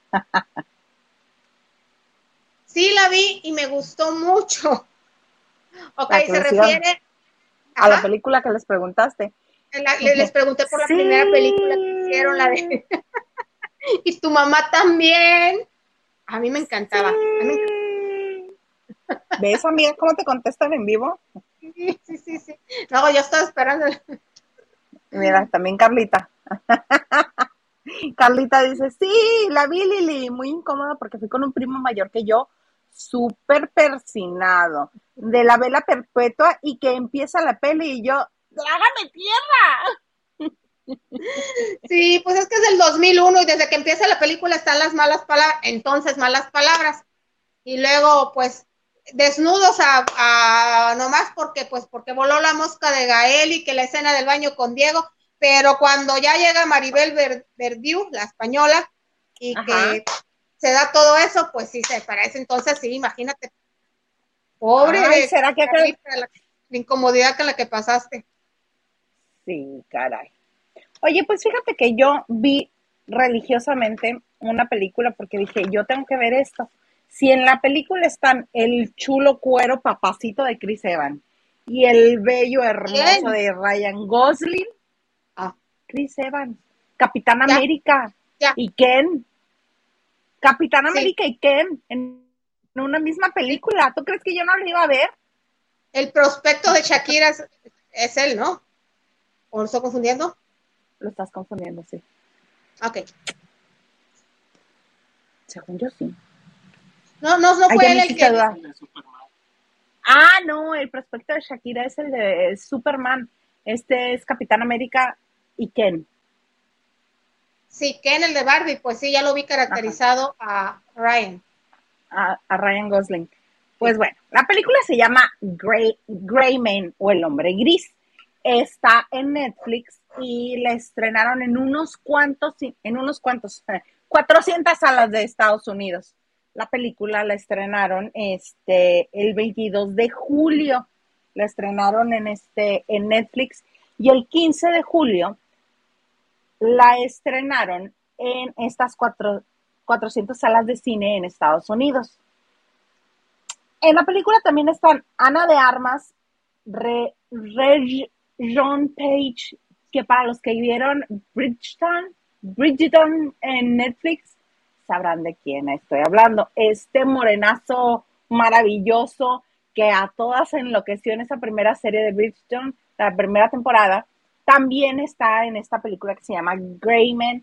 Sí, la vi y me gustó mucho. Ok, La que se les iba refiere, a la ajá, película que les preguntaste. les pregunté por la primera película que hicieron, la Sí, de, y tu mamá también. A mí me encantaba, a mí me encantaba. sí. ¿Ves, amiga, cómo te contestan en vivo? Sí, sí, sí, sí. No, yo estaba esperando. Mira, también Carlita. Carlita dice, sí, la vi, Lili, muy incómoda porque fui con un primo mayor que yo, súper persinado, de la vela perpetua y que empieza la peli y yo, ¡trágame tierra! Sí, pues es que es del 2001 y desde que empieza la película están las malas palabras, entonces malas palabras. Y luego, pues, desnudos a nomás porque voló la mosca de Gael y que la escena del baño con Diego, pero cuando ya llega Maribel Verdiu, la española, y Ajá. que se da todo eso, pues sí, se parece. Entonces, sí, imagínate, pobre Ay, de ¿será que acá? Carlita, la incomodidad con la que pasaste. Sí, caray. Oye, pues fíjate que yo vi religiosamente una película porque dije, yo tengo que ver esto. Si en la película están el chulo cuero papacito de Chris Evans y el bello hermoso Bien. de Ryan Gosling, Ah, Chris Evans, Capitán ya, América ya, y Ken, Capitán sí, América y Ken en una misma sí. película. ¿Tú crees que yo no lo iba a ver? El prospecto de Shakira es él, ¿no? ¿O lo estoy confundiendo? Lo estás confundiendo, sí. Ok. Según yo sí. No, no, no Ay, ya fue él me el hiciste que dudar. Ah, no, el prospecto de Shakira es el de Superman. Este es Capitán América y Ken. sí, que en el de Barbie, pues sí, ya lo vi Ajá, caracterizado a Ryan. a Ryan Gosling. Pues Sí. bueno, la película se llama Gray Man o El Hombre Gris. Está en Netflix y la estrenaron en unos cuantos, 400 salas de Estados Unidos. La película la estrenaron el 22 de julio. La estrenaron en Netflix y el 15 de julio la estrenaron en estas 400 salas de cine en Estados Unidos. En la película también están Ana de Armas, John Page, que para los que vieron Bridgerton en Netflix, sabrán de quién estoy hablando. Este morenazo maravilloso que a todas enloqueció en esa primera serie de Bridgerton, la primera temporada, también está en esta película que se llama Greyman,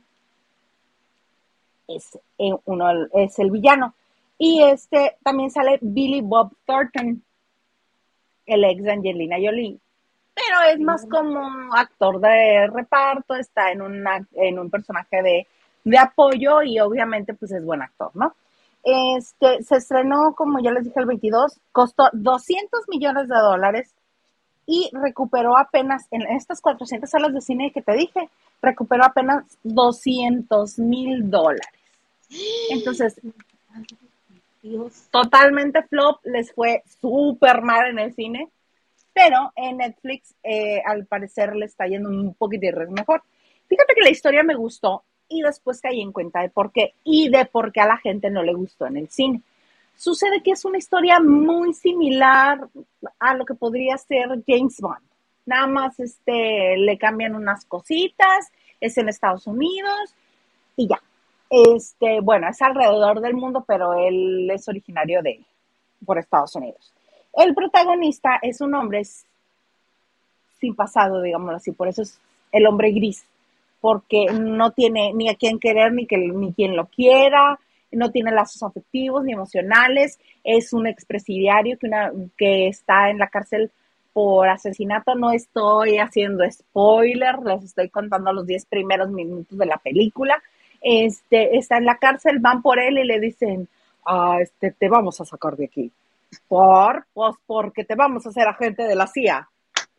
es el villano. Y también sale Billy Bob Thornton, el ex de Angelina Jolie, pero es más como actor de reparto, está en un personaje de apoyo y obviamente pues es buen actor, ¿no? Se estrenó, como ya les dije, el 22, costó $200 millones y recuperó apenas, en estas 400 salas de cine que te dije, recuperó apenas $200,000. Entonces, Dios. totalmente flop, les fue súper mal en el cine, pero en Netflix al parecer le está yendo un poquito mejor. Fíjate que la historia me gustó y después caí en cuenta de por qué y de por qué a la gente no le gustó en el cine. Sucede que es una historia muy similar a lo que podría ser James Bond. Nada más le cambian unas cositas, es en Estados Unidos y ya. Bueno, es alrededor del mundo, pero él es originario por Estados Unidos. El protagonista es un hombre sin pasado, digámoslo así, por eso es el hombre gris, porque no tiene ni a quien querer ni quien lo quiera, no tiene lazos afectivos ni emocionales, es un expresidiario que está en la cárcel por asesinato. No estoy haciendo spoiler, les estoy contando los 10 primeros minutos de la película. Está en la cárcel, van por él y le dicen, te vamos a sacar de aquí. Pues porque te vamos a hacer agente de la CIA.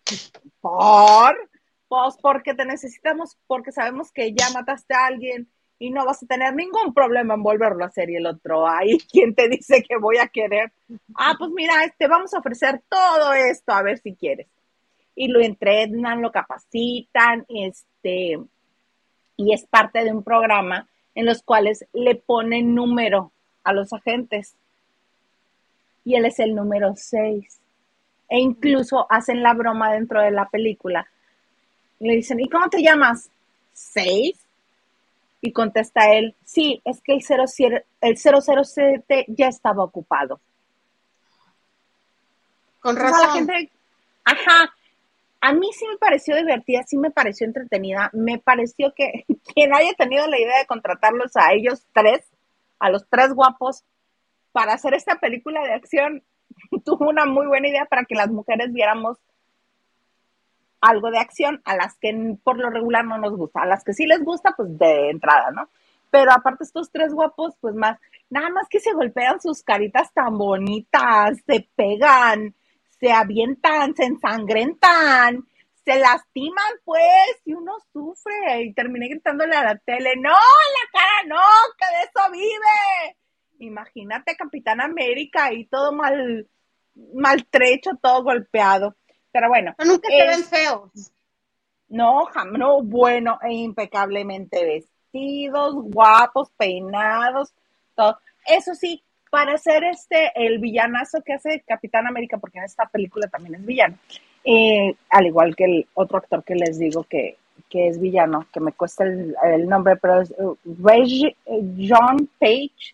¿Por? Pues porque te necesitamos, porque sabemos que ya mataste a alguien y no vas a tener ningún problema en volverlo a hacer. Y el otro, ay, ¿quién te dice que voy a querer? Ah, pues mira, vamos a ofrecer todo esto, a ver si quieres. Y lo entrenan, lo capacitan, y es parte de un programa en los cuales le ponen número a los agentes. Y él es el número 6. E incluso hacen la broma dentro de la película. Y le dicen, ¿y cómo te llamas? 6. Y contesta él, sí, es que el 007 ya estaba ocupado. Con Entonces razón. a la gente, ajá, a mí sí me pareció divertida, sí me pareció entretenida, me pareció que quien haya tenido la idea de contratarlos a ellos tres, a los tres guapos, para hacer esta película de acción, tuvo una muy buena idea para que las mujeres viéramos algo de acción, a las que por lo regular no nos gusta, a las que sí les gusta, pues de entrada, ¿no? Pero aparte estos tres guapos, pues más, nada más que se golpean sus caritas tan bonitas, se pegan, se avientan, se ensangrentan, se lastiman, pues, y uno sufre. Y terminé gritándole a la tele, no, la cara no, que de eso vive. Imagínate Capitán América y todo maltrecho, todo golpeado. Pero bueno, Pero nunca se ven feos. no, no, bueno, e impecablemente vestidos, guapos, peinados, todo. Eso sí, para ser el villanazo que hace Capitán América, porque en esta película también es villano, al igual que el otro actor que les digo que es villano, que me cuesta el nombre, pero es John Page,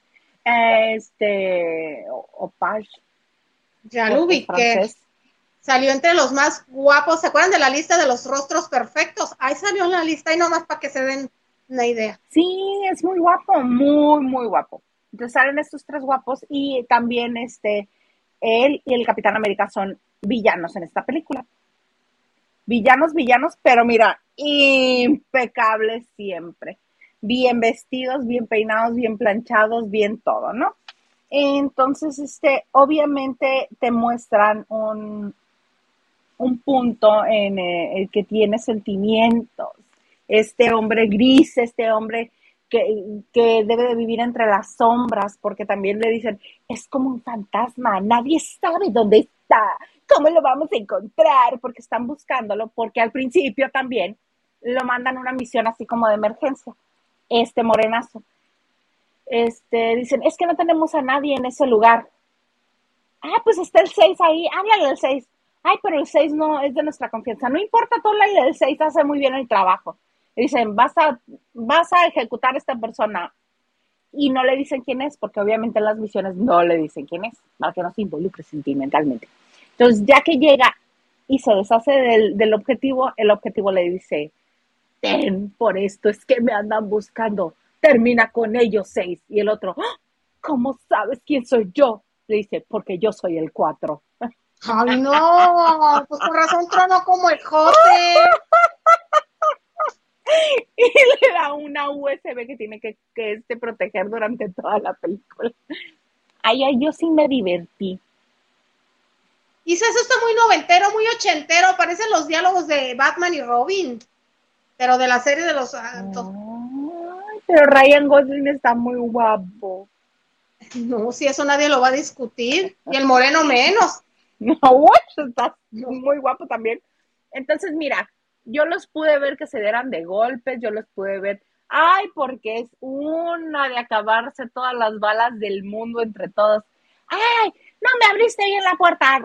o Page, Ya lo porque es ubiqué. francés. Salió entre los más guapos. ¿Se acuerdan de la lista de los rostros perfectos? Ahí salió en la lista y nomás para que se den una idea. Sí, es muy guapo, muy, muy guapo. Entonces salen estos tres guapos y también él y el Capitán América son villanos en esta película. Villanos, villanos, pero mira, impecables siempre. Bien vestidos, bien peinados, bien planchados, bien todo, ¿no? Entonces, obviamente te muestran un punto en el que tiene sentimientos, este hombre gris, este hombre que debe de vivir entre las sombras, porque también le dicen, es como un fantasma, nadie sabe dónde está, cómo lo vamos a encontrar, porque están buscándolo, porque al principio también lo mandan a una misión así como de emergencia, morenazo. Dicen, es que no tenemos a nadie en ese lugar. Ah, pues está el 6 ahí, háblale al 6. Ay, pero el 6 no es de nuestra confianza. No importa, tú háblale al 6, hace muy bien el trabajo. Y dicen, vas a ejecutar a esta persona. Y no le dicen quién es, porque obviamente en las misiones no le dicen quién es, para que no se involucre sentimentalmente. Entonces, ya que llega y se deshace del objetivo, el objetivo le dice, ten, por esto es que me andan buscando. Termina con ellos 6. Y el otro, ¡ah! ¿Cómo sabes quién soy yo? Le dice, porque yo soy el 4. Ay, no, pues con razón tronó como el jote. Y le da una USB que tiene que proteger durante toda la película. Ay, yo sí me divertí. Y eso está muy noventero, muy ochentero, parecen los diálogos de Batman y Robin, pero de la serie de los santos. Ay, pero Ryan Gosling está muy guapo. No, si eso nadie lo va a discutir, y el moreno menos. No, está muy guapo también. Entonces, mira, yo los pude ver que se dieran de golpes, yo los pude ver, ay, porque es una de acabarse todas las balas del mundo entre todos. Ay, no me abriste bien la puerta.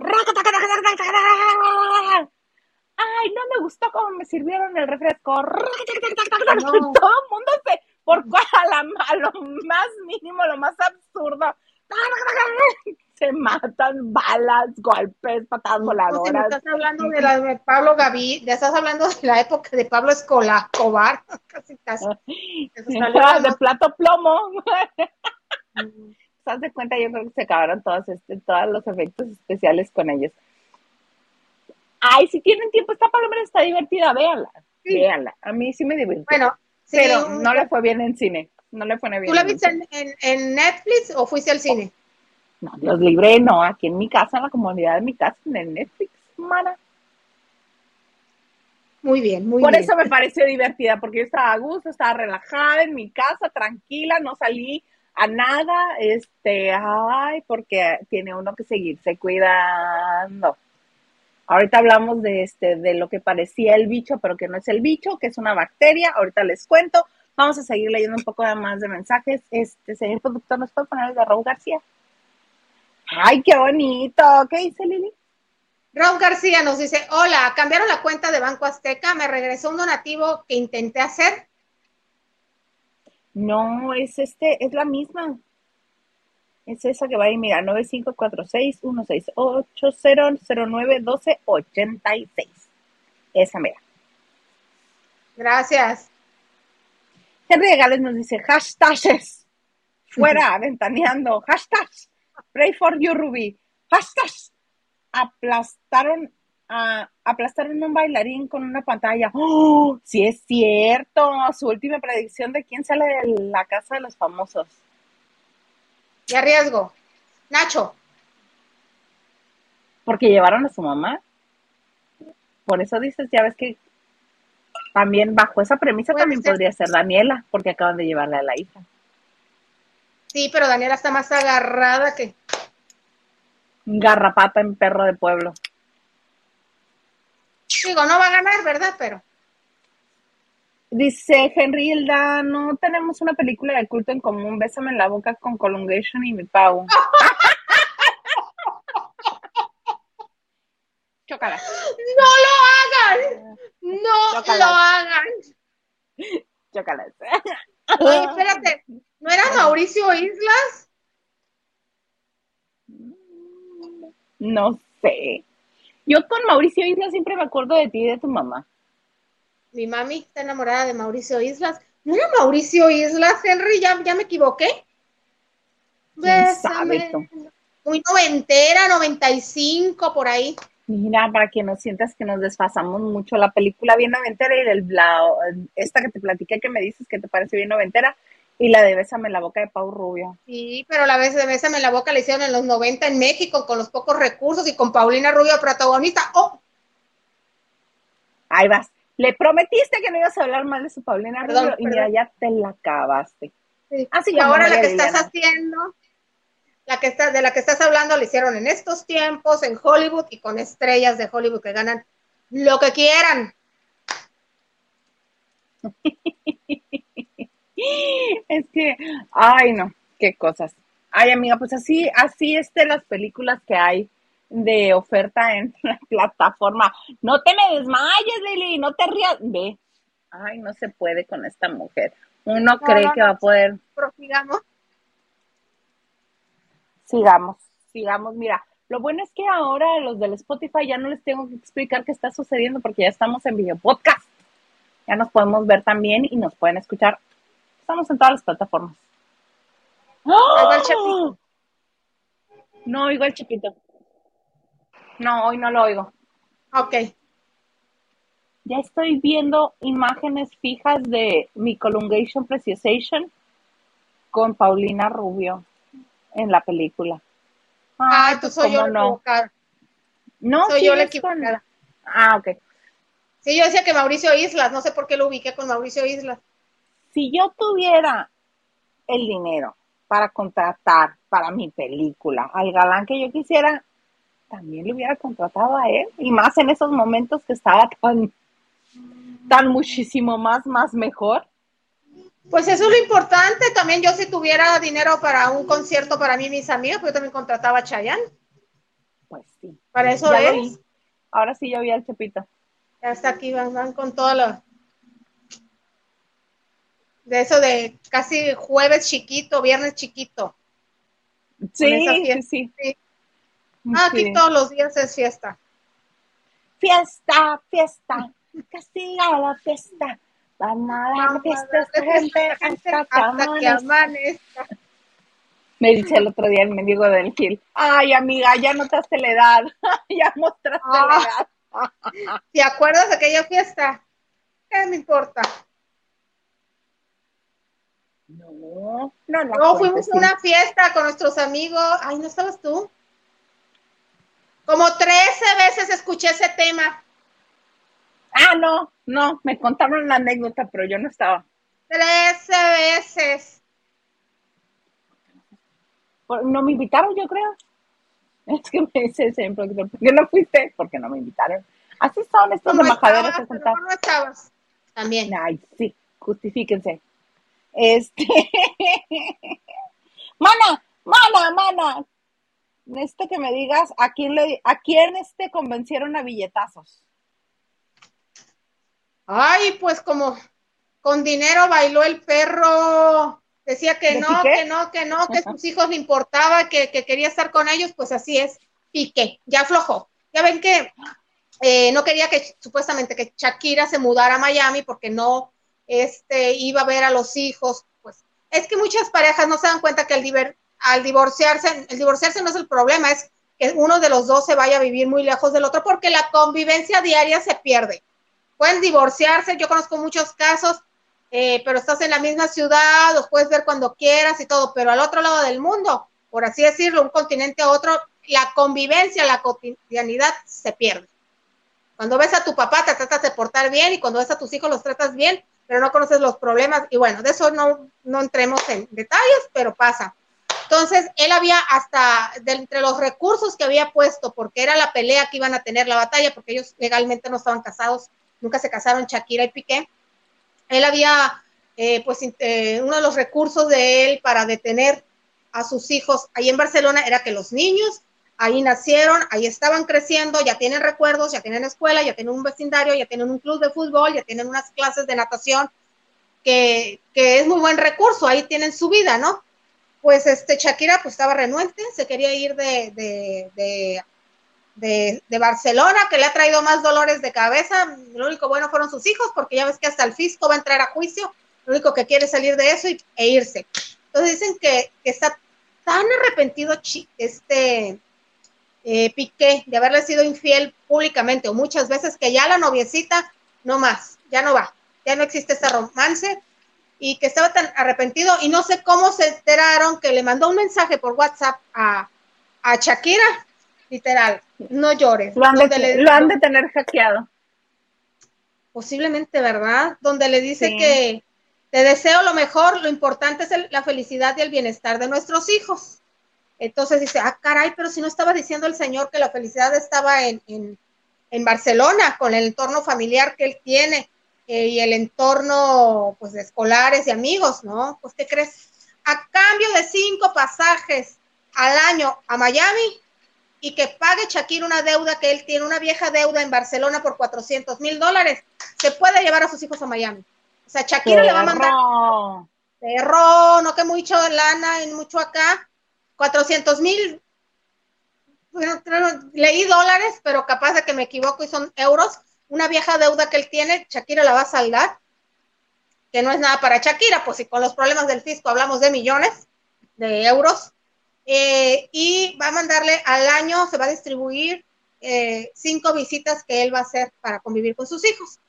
Ay, no me gustó cómo me sirvieron el refresco. No. Todo el mundo a lo más mínimo, lo más absurdo. Se matan, balas, golpes, patadas voladoras. No, si estás hablando de la de Pablo Gaví, ya estás hablando de la época de Pablo Escobar, casi casi. De plato plomo. ¿Se das cuenta? Yo creo que se acabaron todos los efectos especiales con ellos. Ay, si tienen tiempo, esta palomera está divertida, véanla, sí. Véanla. A mí sí me divirtió. Bueno, sí, pero no le fue bien en cine. No le fue bien. ¿Tú la viste en Netflix o fuiste al cine? No, Dios libre, no, aquí en mi casa, en la comunidad de mi casa, en el Netflix, mana. Muy bien, muy Por bien. eso me pareció divertida, porque yo estaba a gusto, estaba relajada en mi casa, tranquila, no salí a nada, ay, porque tiene uno que seguirse cuidando. Ahorita hablamos de lo que parecía el bicho, pero que no es el bicho, que es una bacteria. Ahorita les cuento. Vamos a seguir leyendo un poco más de mensajes. Señor productor, ¿nos puede poner el de Raúl García? ¡Ay, qué bonito! ¿Qué dice Lili? Raúl García nos dice, hola, cambiaron la cuenta de Banco Azteca, me regresó un donativo que intenté hacer. No, es la misma. Es esa que va ahí, mira, 9546-1680091286. Esa, mira. Gracias. Henry de Gales nos dice, hashtags, fuera, ventaneando, hashtags, pray for you, Ruby, hashtags, aplastaron un bailarín con una pantalla. ¡Oh! Sí es cierto, su última predicción de quién sale de la casa de los famosos. Y arriesgo. Nacho. Porque llevaron a su mamá. Por eso dices, ya ves que también bajo esa premisa también podría ser Daniela, porque acaban de llevarle a la hija. Sí, pero Daniela está más agarrada que... Garrapata en perro de pueblo. Digo, no va a ganar, ¿verdad? Pero... Dice Henry Hilda, no tenemos una película de culto en común, Bésame en la boca con Colungation y mi Pau. Chócala. ¡No lo hagan! ¡No Chócalas. lo hagan! Chócala. Oye, espérate, ¿no era Mauricio Islas? No sé. Yo con Mauricio Islas siempre me acuerdo de ti y de tu mamá. Mi mami está enamorada de Mauricio Islas. ¿No era Mauricio Islas, Henry? ¿Ya me equivoqué? Bésame. Muy noventera, 95, por ahí. Mira, para que no sientas que nos desfasamos mucho, la película bien noventera y esta que te platiqué que me dices que te parece bien noventera, y la de Bésame en la boca de Pau Rubio. Sí, pero la vez de Bésame en la boca la hicieron en los 90 en México con los pocos recursos y con Paulina Rubio protagonista. ¡Oh! Ahí vas. Le prometiste que no ibas a hablar mal de su Paulina Rubio y mira, ya te la acabaste. Sí. Así y ahora la que estás haciendo, de la que estás hablando, la hicieron en estos tiempos, en Hollywood y con estrellas de Hollywood que ganan lo que quieran. Es que, ay no, qué cosas. Ay amiga, pues así las películas que hay de oferta en la plataforma. No te me desmayes, Lili, no te rías. Ve, ay, no se puede con esta mujer. Uno cree que va a poder. Prosigamos. Sigamos. Mira, lo bueno es que ahora los del Spotify ya no les tengo que explicar qué está sucediendo porque ya estamos en video podcast. Ya nos podemos ver también y nos pueden escuchar. Estamos en todas las plataformas. ¡Oh! No oigo el Chipito. No, hoy no lo oigo. Ok. Ya estoy viendo imágenes fijas de mi Colungation Preciosation con Paulina Rubio en la película. Ay, pues soy yo la equivocada. No, soy yo la equivocada. Ok. Sí, yo decía que Mauricio Islas, no sé por qué lo ubiqué con Mauricio Islas. Si yo tuviera el dinero para contratar para mi película al galán que yo quisiera, también lo hubiera contratado a él, y más en esos momentos que estaba tan muchísimo más mejor. Pues eso es lo importante. También yo, si tuviera dinero para un concierto para mí y mis amigos, pues yo también contrataba a Chayanne. Pues sí. Para eso ya es. Ahora sí yo vi al Chepito. Ya está aquí, van con todo lo de eso de casi jueves chiquito, viernes chiquito. Sí. Aquí sí. todos los días es fiesta. Fiesta, castiga la fiesta. Van a dar fiesta esta gente hasta que amanezca. Me dice el otro día el mendigo del Gil. Ay, amiga, ya notaste la edad. Ya mostraste la edad. ¿Te acuerdas de aquella fiesta? ¿Qué me importa? No, fuimos a una fiesta con nuestros amigos. Ay, ¿no estabas tú? Como 13 veces escuché ese tema. No, no, me contaron la anécdota, pero yo no estaba. 13 veces. No me invitaron, yo creo. Es que me dice siempre, ¿por qué no fuiste? Porque no me invitaron. Así son estos de No majaderos estabas, a a lo juntar. mejor no estabas. También. Ay, sí, justifíquense. Este, mana, necesito que me digas a quién convencieron a billetazos. Ay, pues como con dinero bailó el perro. Decía que ¿De no, Piqué? que no, que no, que a sus hijos le importaba, que quería estar con ellos, pues así es. Piqué, ya aflojó. Ya ven que no quería que supuestamente que Shakira se mudara a Miami porque no iba a ver a los hijos. Pues es que muchas parejas no se dan cuenta que al divorciarse no es el problema, es que uno de los dos se vaya a vivir muy lejos del otro porque la convivencia diaria se pierde. Pueden divorciarse, yo conozco muchos casos, pero estás en la misma ciudad, los puedes ver cuando quieras y todo, pero al otro lado del mundo, por así decirlo, un continente a otro, la convivencia, la cotidianidad se pierde. Cuando ves a tu papá te tratas de portar bien y cuando ves a tus hijos los tratas bien, pero no conoces los problemas y bueno, de eso no entremos en detalles, pero pasa. Entonces, él había entre los recursos que había puesto, porque era la pelea que iban a tener, la batalla, porque ellos legalmente no estaban casados, nunca se casaron Shakira y Piqué, él había, uno de los recursos de él para detener a sus hijos ahí en Barcelona era que los niños ahí nacieron, ahí estaban creciendo, ya tienen recuerdos, ya tienen escuela, ya tienen un vecindario, ya tienen un club de fútbol, ya tienen unas clases de natación, que es muy buen recurso, ahí tienen su vida, ¿no? Pues Shakira pues estaba renuente, se quería ir de Barcelona, que le ha traído más dolores de cabeza. Lo único bueno fueron sus hijos, porque ya ves que hasta el fisco va a entrar a juicio, lo único que quiere es salir de eso e irse. Entonces dicen que está tan arrepentido Piqué de haberle sido infiel públicamente o muchas veces que ya la noviecita no más, ya no va, ya no existe ese romance y que estaba tan arrepentido y no sé cómo se enteraron que le mandó un mensaje por WhatsApp a Shakira, literal, no llores, Lo han de tener hackeado. posiblemente, ¿verdad? Donde le dice Sí. que te deseo lo mejor, lo importante es la felicidad y el bienestar de nuestros hijos. Entonces dice, caray, pero si no estaba diciendo el señor que la felicidad estaba en Barcelona, con el entorno familiar que él tiene y el entorno pues de escolares y amigos, ¿no? Pues ¿qué crees? A cambio de 5 pasajes al año a Miami y que pague Shakira una deuda que él tiene, una vieja deuda en Barcelona por $400,000, se puede llevar a sus hijos a Miami. O sea, Shakira le va a mandar perro, no que mucho lana y mucho acá, 400,000, bueno, leí dólares, pero capaz de que me equivoco y son euros, una vieja deuda que él tiene, Shakira la va a saldar, que no es nada para Shakira, pues si con los problemas del fisco hablamos de millones de euros, y va a mandarle al año, se va a distribuir 5 visitas que él va a hacer para convivir con sus hijos.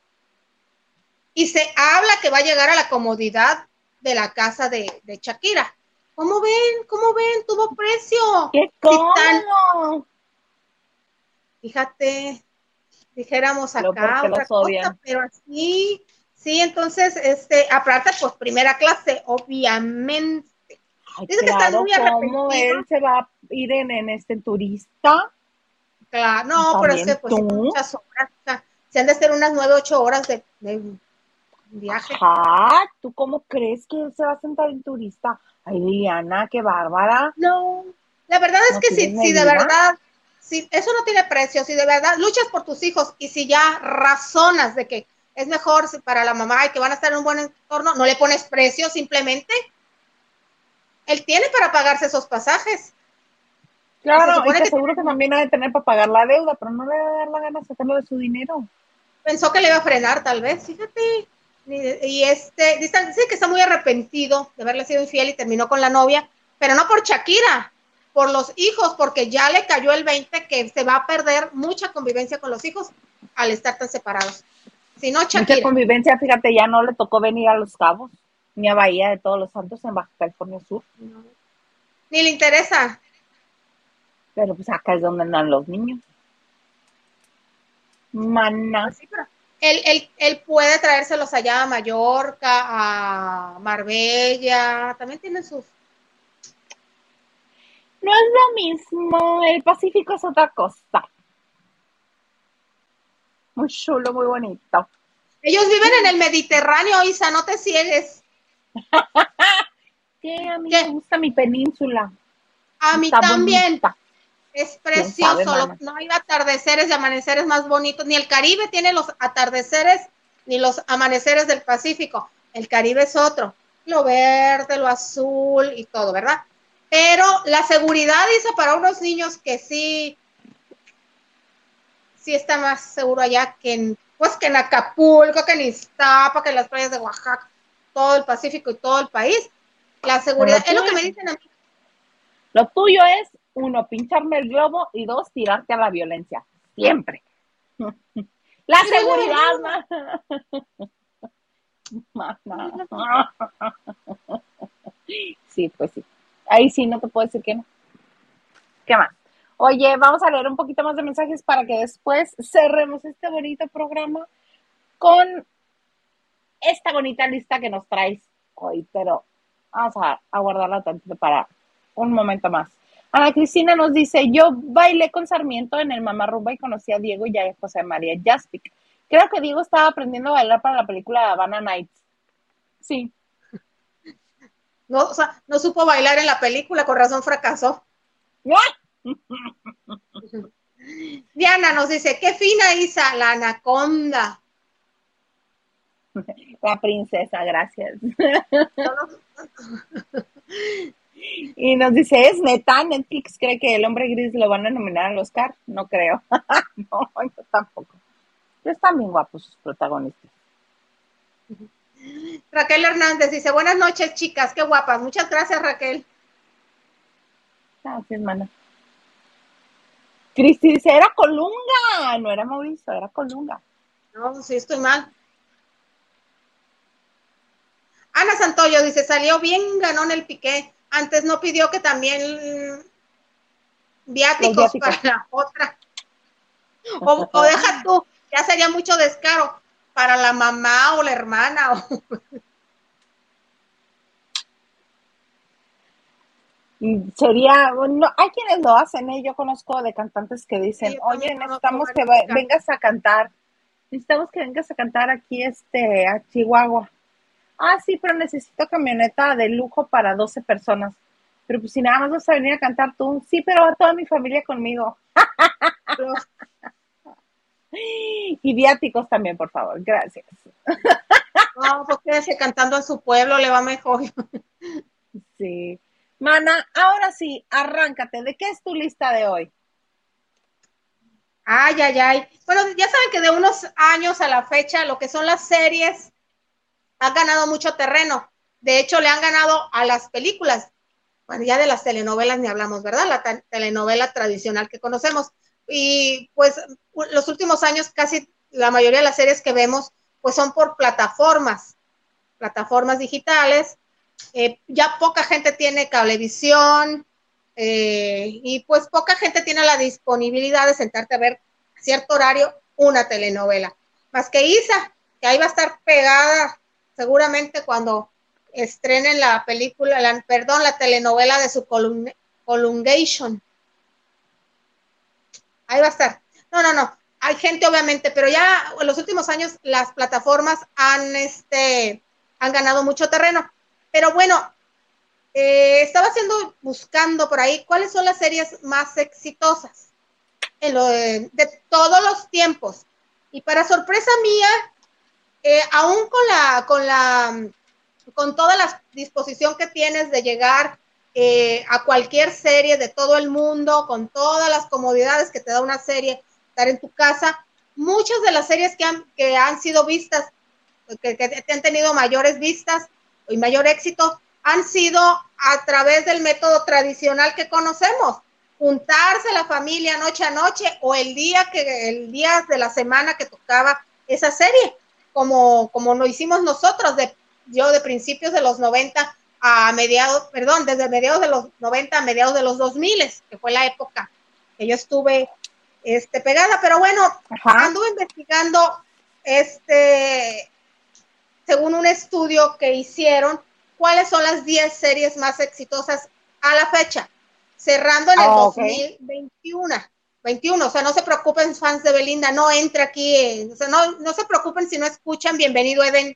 Y se habla que va a llegar a la comodidad de la casa de Shakira. ¿Cómo ven? ¿Cómo ven? Tuvo precio. ¡Qué cómodo! Fíjate, dijéramos Luego acá porque otra los cosa, odian. pero así, sí, entonces, aparte, pues primera clase, obviamente. Ay, Dice que están claro, muy ¿cómo arrepentidos. él se va a ir en este turista? Claro, no, pero es que También pues sí, son tú. muchas horas. O sea, se han de ser unas 9, 8 horas de viaje. Ajá, ¿tú cómo crees que él se va a sentar en turista? Ay, Liliana, qué bárbara. No, la verdad es ¿No que tienes si de medida? verdad, si eso no tiene precio, si de verdad luchas por tus hijos y si ya razonas de que es mejor para la mamá y que van a estar en un buen entorno, no le pones precio, simplemente él tiene para pagarse esos pasajes. Y se Claro, y supone te que aseguro que también ha de tener para pagar la deuda, pero no le va a dar la gana de sacarlo de su dinero. pensó que le iba a frenar, tal vez, fíjate. Y dice que está muy arrepentido de haberle sido infiel y terminó con la novia, pero no por Shakira, por los hijos, porque ya le cayó el 20 que se va a perder mucha convivencia con los hijos al estar tan separados. Si no, Mucha Shakira. convivencia, fíjate, ya no le tocó venir a Los Cabos, ni a Bahía de Todos los Santos en Baja California Sur. No. Ni le interesa. Pero pues acá es donde andan los niños. Mana. Pues sí, pero él puede traérselos allá a Mallorca, a Marbella, también tiene sus... No es lo mismo, el Pacífico es otra cosa. Muy chulo, muy bonito. Ellos viven en el Mediterráneo, Isa, no te ciegues. Que a mí me ¿Qué? gusta mi península. A mí Está también. bonita. Es ¿Quién sabe, precioso, mana? no hay atardeceres y amaneceres más bonitos, ni el Caribe tiene los atardeceres ni los amaneceres del Pacífico, el Caribe es otro, lo verde, lo azul y todo, ¿verdad? Pero la seguridad, dice, para unos niños que sí está más seguro allá pues que en Acapulco, que en Iztapa, que en las playas de Oaxaca, todo el Pacífico y todo el país, la seguridad, es lo que me dicen a mí. Lo tuyo es, uno, pincharme el globo y dos, tirarte a la violencia. Siempre. La seguridad, mana. Sí, pues sí. Ahí sí, no te puedo decir que no. ¿Qué más? Oye, vamos a leer un poquito más de mensajes para que después cerremos este bonito programa con esta bonita lista que nos traes hoy, pero vamos a guardarla tantito para un momento más. Ana Cristina nos dice, yo bailé con Sarmiento en el Mamarrumba y conocí a Diego y a José María Jaspic. Creo que Diego estaba aprendiendo a bailar para la película de Havana Nights. Sí. No, o sea, no supo bailar en la película, con razón fracasó. Diana nos dice, qué fina Isa, la anaconda. La princesa, gracias. Y nos dice, ¿es neta? ¿Netflix cree que El Hombre Gris lo van a nominar al Oscar? No creo. No, yo tampoco. Pero están bien guapos sus protagonistas. Raquel Hernández dice, buenas noches, chicas, qué guapas. Muchas gracias, Raquel. Gracias, mana. Cristi dice, era Colunga, no era Mauricio, era Colunga. No, sí, estoy mal. Ana Santoyo dice, salió bien ganón el Piqué. Antes no pidió que también viáticos para la otra. O deja tú, ya sería mucho descaro para la mamá o la hermana. Sería, no, hay quienes lo hacen, ¿eh? Yo conozco de cantantes que dicen, oye, necesitamos que vengas a cantar, necesitamos que vengas a cantar aquí a Chihuahua. Ah, sí, pero necesito camioneta de lujo para 12 personas. Pero pues si nada más vas a venir a cantar tú, sí, pero a toda mi familia conmigo. Y viáticos también, por favor, gracias. No, pues quédese cantando en su pueblo, le va mejor. Sí. Mana, ahora sí, arráncate. ¿De qué es tu lista de hoy? Ay, ay, ay. Bueno, ya saben que de unos años a la fecha, lo que son las series han ganado mucho terreno. De hecho, le han ganado a las películas. Bueno, ya de las telenovelas ni hablamos, ¿verdad? La telenovela tradicional que conocemos. Y pues los últimos años casi la mayoría de las series que vemos pues son por plataformas digitales. Ya poca gente tiene cablevisión y pues poca gente tiene la disponibilidad de sentarte a ver a cierto horario una telenovela. Más que Isa, que ahí va a estar pegada seguramente cuando estrenen la película, la telenovela de su Colungation. Ahí va a estar. No. Hay gente obviamente, pero ya en los últimos años las plataformas han ganado mucho terreno. Pero bueno, estaba buscando por ahí cuáles son las series más exitosas de todos los tiempos. Y para sorpresa mía, aún con toda la disposición que tienes de llegar a cualquier serie de todo el mundo, con todas las comodidades que te da una serie, estar en tu casa, muchas de las series que han sido vistas, que han tenido mayores vistas y mayor éxito, han sido a través del método tradicional que conocemos, juntarse la familia noche a noche o el día de la semana que tocaba esa serie, como lo hicimos nosotros, yo de principios de los 90 desde mediados de los 90 a mediados de los 2000, que fue la época que yo estuve pegada, pero bueno, anduve investigando según un estudio que hicieron, cuáles son las 10 series más exitosas a la fecha, cerrando en el 2021. 21, o sea, no se preocupen, fans de Belinda, no entre aquí, o sea, no se preocupen si no escuchan Bienvenido Eden.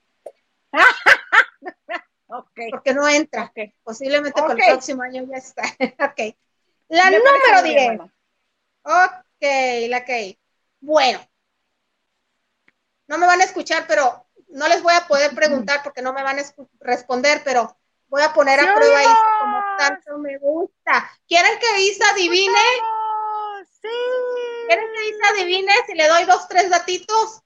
Porque no entra. Posiblemente para el próximo año ya está. Ok. La número 10. Ok, la que. Bueno. No me van a escuchar, pero no les voy a poder preguntar porque no me van a responder, pero voy a poner a prueba a Isa como tanto me gusta. ¿Quieren que Isa adivine? Sí. ¿Quieren que Isa adivine si le doy 2, 3 datitos?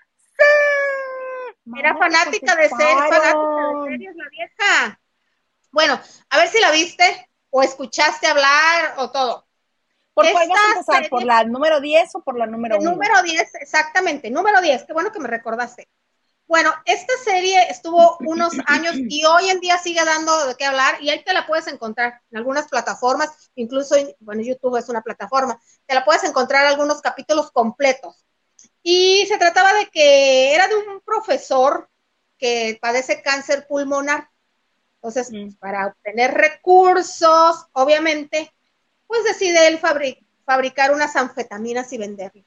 Sí. Era fanática de series, la vieja. Bueno, a ver si la viste o escuchaste hablar o todo. ¿Por cuál vas a empezar? Serie, ¿por la número 10 o por la número 1? Número 10, exactamente, número 10. Qué bueno que me recordaste. Bueno, esta serie estuvo unos años y hoy en día sigue dando de qué hablar y ahí te la puedes encontrar en algunas plataformas, incluso, bueno, YouTube es una plataforma, te la puedes encontrar algunos capítulos completos. Y se trataba de que era de un profesor que padece cáncer pulmonar. Entonces, para obtener recursos, obviamente, pues decide él fabricar unas anfetaminas y venderlas.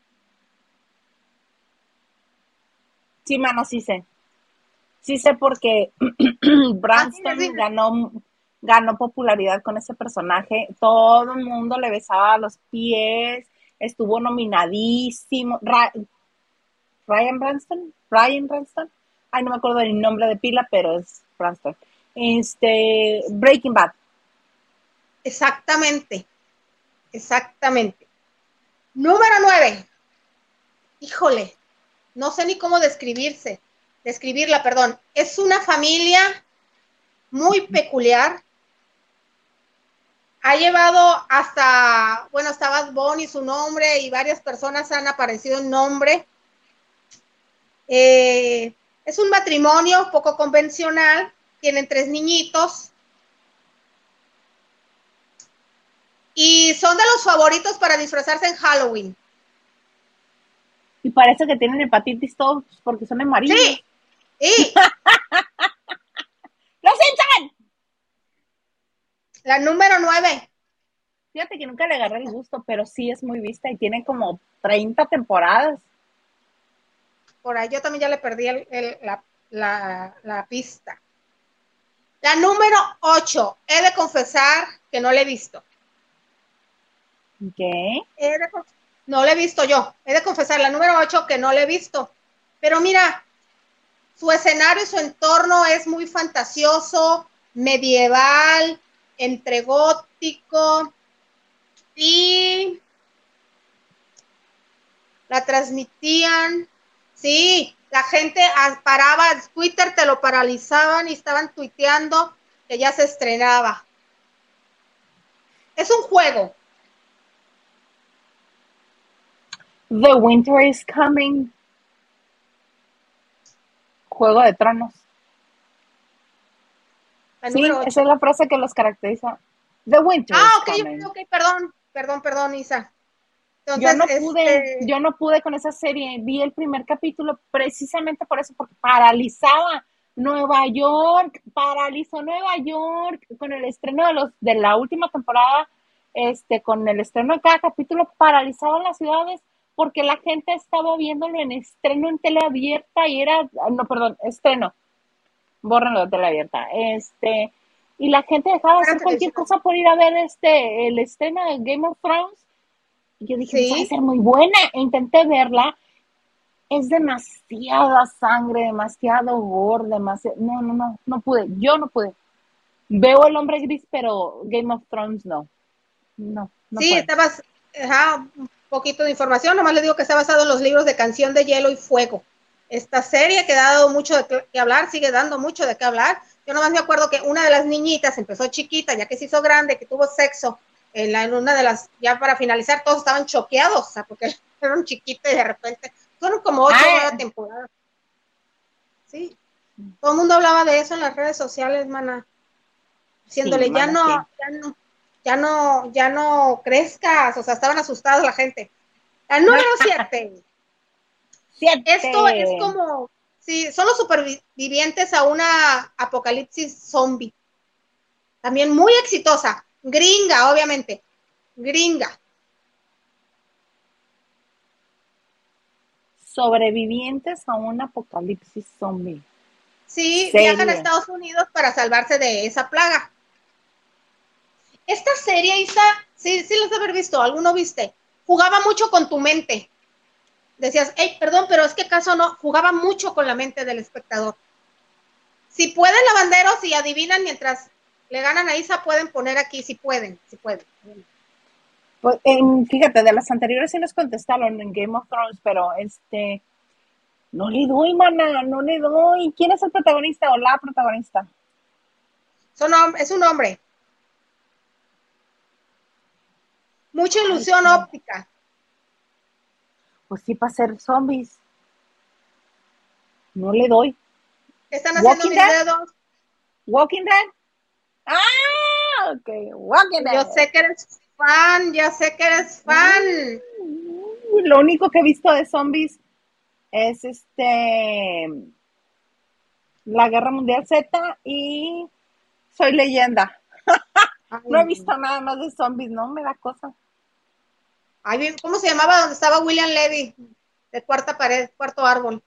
Sí, mano, sí sé. Sí sé porque Branston ganó popularidad con ese personaje. Todo el mundo le besaba los pies. Estuvo nominadísimo. Ryan Branston. Ay, no me acuerdo del nombre de pila, pero es Branston. Breaking Bad. Exactamente. Número 9. Híjole, no sé ni cómo describirla, perdón. Es una familia muy peculiar. Ha llevado hasta Bad Bunny, su nombre, y varias personas han aparecido en nombre. Es un matrimonio poco convencional. Tienen 3 niñitos. Y son de los favoritos para disfrazarse en Halloween. Y parece que tienen hepatitis todos porque son amarillos. Sí. ¡Los Simpson! La número 9. Fíjate que nunca le agarré el gusto, pero sí es muy vista y tiene como 30 temporadas. Por ahí yo también ya le perdí la pista. La número 8. He de confesar que no la he visto. ¿Qué? No la he visto yo. He de confesar, la número 8 que no la he visto. Pero mira, su escenario y su entorno es muy fantasioso, medieval, entre gótico, y la transmitían. Sí, la gente paraba, Twitter te lo paralizaban y estaban tuiteando que ya se estrenaba. Es un juego. The Winter is Coming. Juego de Tronos. Sí, esa es la frase que los caracteriza. The Winter is Coming. Ok, perdón, Isa. Entonces, yo no pude con esa serie. Vi el primer capítulo precisamente por eso, porque paralizaba paralizó Nueva York con el estreno de la última temporada, con el estreno de cada capítulo, paralizaban las ciudades porque la gente estaba viéndolo en estreno en tele abierta y bórrenlo de tele abierta, y la gente dejaba de hacer cualquier cosa por ir a ver el estreno de Game of Thrones. Y yo dije, va a ser muy buena. E intenté verla. Es demasiada sangre, demasiado gore, no pude. Yo no pude. Veo El Hombre Gris, pero Game of Thrones no. No sí, estabas, un poquito de información, nomás le digo que está basado en los libros de Canción de Hielo y Fuego. Esta serie que ha dado mucho de qué hablar, sigue dando mucho de qué hablar. Yo nomás me acuerdo que una de las niñitas empezó chiquita, ya que se hizo grande, que tuvo sexo, en una de las, ya para finalizar, todos estaban choqueados, o sea, porque eran chiquitas y de repente, fueron como 8 o 9 temporadas. Sí, todo el mundo hablaba de eso en las redes sociales, mana, diciéndole, sí, ya no crezcas, o sea, estaban asustados la gente. La número 7. Esto es 7. como, sí, son los supervivientes a una apocalipsis zombie. También muy exitosa. Gringa, obviamente. Gringa. Sobrevivientes a un apocalipsis zombie. Sí, viajan a Serie. Estados Unidos para salvarse de esa plaga. Esta serie, Isa, sí, sí las haber visto, ¿alguno viste? Jugaba mucho con tu mente. Decías, hey, perdón, pero es que acaso no, jugaba mucho con la mente del espectador. Si pueden, lavanderos, y adivinan mientras le ganan a Isa, pueden poner aquí, si pueden, si pueden. Pues, fíjate, de las anteriores sí nos contestaron en Game of Thrones, pero no le doy, mana, no le doy. ¿Quién es el protagonista o la protagonista? Es un hombre. Mucha Ay, ilusión óptica. pues sí, para ser zombies. No le doy. ¿Qué están haciendo ¿Walking mis Dead? dedos? ¿Walking Dead? Ah, ok, Walking Yo Dead. sé que eres fan, ya sé que eres fan. Lo único que he visto de zombies es la Guerra Mundial Z y Soy Leyenda. No he Ay, visto nada más de zombies, no me da cosa. ay, ¿cómo se llamaba donde estaba William Levy? De cuarta pared, cuarto árbol.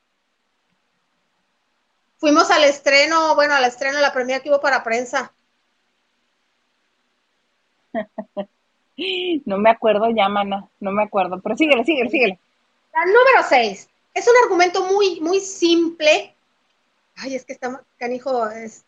Fuimos al estreno, bueno, al estreno, la primera que hubo para prensa. No me acuerdo ya, mana, no me acuerdo, pero síguele, síguele, síguele. La número 6. Es un argumento muy, muy simple. Ay, es que está canijo,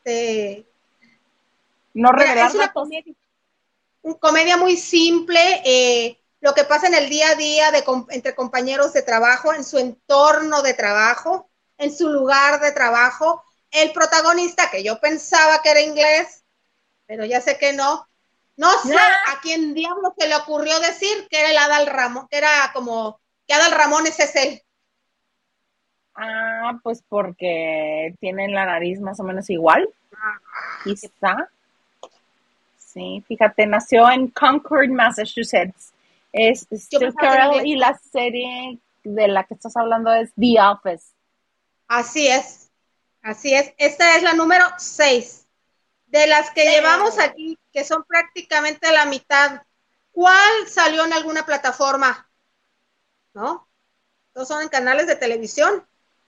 No Mira, es revelar una datos. comedia muy simple, lo que pasa en el día a día entre compañeros de trabajo, en su entorno de trabajo, en su lugar de trabajo. El protagonista, que yo pensaba que era inglés, pero ya sé que no. No sé Ah, a quién diablo se le ocurrió decir que era el Adal Ramón, que era como que Adal Ramones es él. pues porque tienen la nariz más o menos igual, quizá. Sí, fíjate, nació en Concord, Massachusetts. Es Yo Steve pensaba que era Carell inglés. y la serie de la que estás hablando es The Office. Así es, así es. Esta es la número 6. De las que llevamos Sí. aquí, que son prácticamente la mitad, ¿cuál salió en alguna plataforma? ¿No? Todos son en canales de televisión.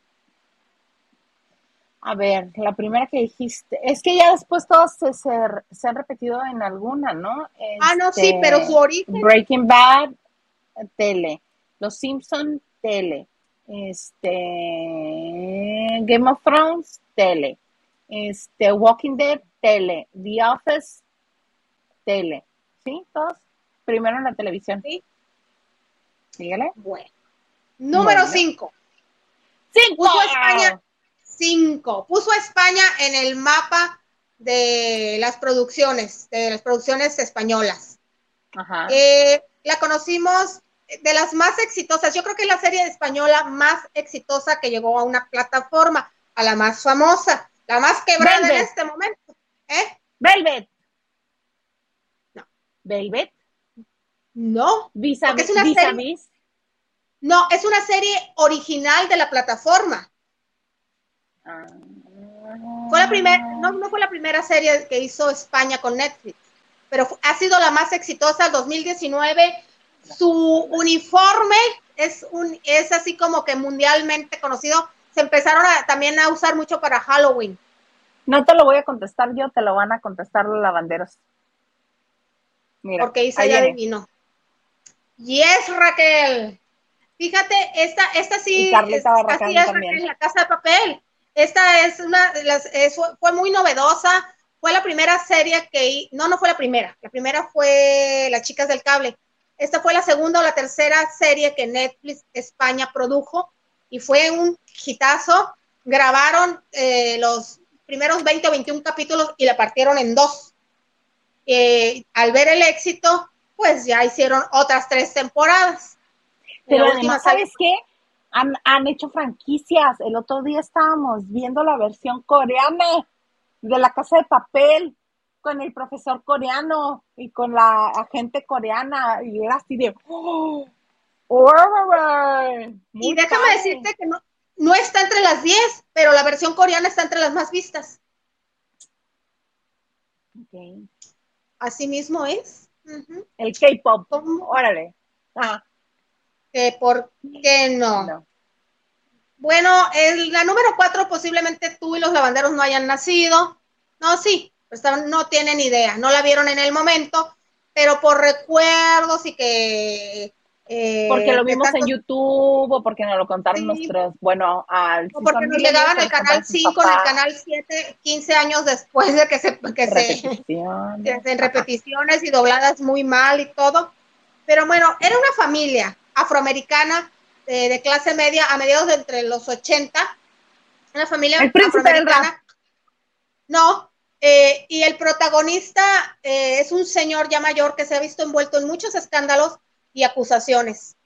A ver, la primera que dijiste, es que ya después todas se han repetido en alguna, ¿no? Ah, no, sí, pero su origen, Breaking Bad, tele. Los Simpson, tele. Game of Thrones, tele. Walking Dead, tele. The Office, tele. ¿Sí? Todos primero en la televisión. ¿sí? Dígale. Bueno. Número Bueno. 5. ¡Cinco! Puso a España 5. Puso a España en el mapa de las producciones españolas. Ajá. La conocimos de las más exitosas. Yo creo que es la serie española más exitosa que llegó a una plataforma, a la más famosa, la más quebrada en Velvet. este momento. ¿Eh? Velvet. No. Velvet. No, Vis a porque es vis. una Vis a serie, vis. no, es una serie original de la plataforma. Ah. Fue la primera, no fue la primera serie que hizo España con Netflix, pero ha sido la más exitosa. El 2019, su uniforme es así como que mundialmente conocido. Se empezaron también a usar mucho para Halloween. No te lo voy a contestar yo, te lo van a contestar los lavanderos. Mira, Porque Isa ahí ya viene. adivino. Yes, Raquel. Fíjate, esta Y sí, Carlita así Barracán es, también. Raquel, La Casa de Papel. Esta es una de las, fue muy novedosa. Fue la primera serie no fue la primera fue Las Chicas del Cable. Esta fue la segunda o la tercera serie que Netflix España produjo y fue un hitazo. Grabaron los primeros 20 o 21 capítulos y la partieron en dos. Al ver el éxito, pues ya hicieron otras 3 temporadas. En Pero la última además, salió. ¿sabes qué? Han hecho franquicias. El otro día estábamos viendo la versión coreana de La Casa de Papel con el profesor coreano y con la agente coreana y era así de, ¡oh! Y Muy déjame padre. decirte que no está entre las 10, pero la versión coreana está entre las más vistas. Okay. Así mismo es. Uh-huh. El K-pop. ¿Cómo? Órale. Ah, ¿Por qué no? no. Bueno, la número 4 posiblemente tú y los lavanderos no hayan nacido. No, sí, pues no tienen idea, no la vieron en el momento, pero por recuerdos y que Porque lo de vimos en tantos, YouTube o porque nos lo contaron sí, nuestros, bueno, o si porque son nos millennials, llegaban se al los contaron canal sus 5 en el papás. canal 7, 15 años después de Repeticiones. en repeticiones y dobladas muy mal y todo. Pero bueno, era una familia afroamericana de clase media a mediados de entre los 80, una El familia príncipe del rap. afroamericana. No, y el protagonista es un señor ya mayor que se ha visto envuelto en muchos escándalos y acusaciones.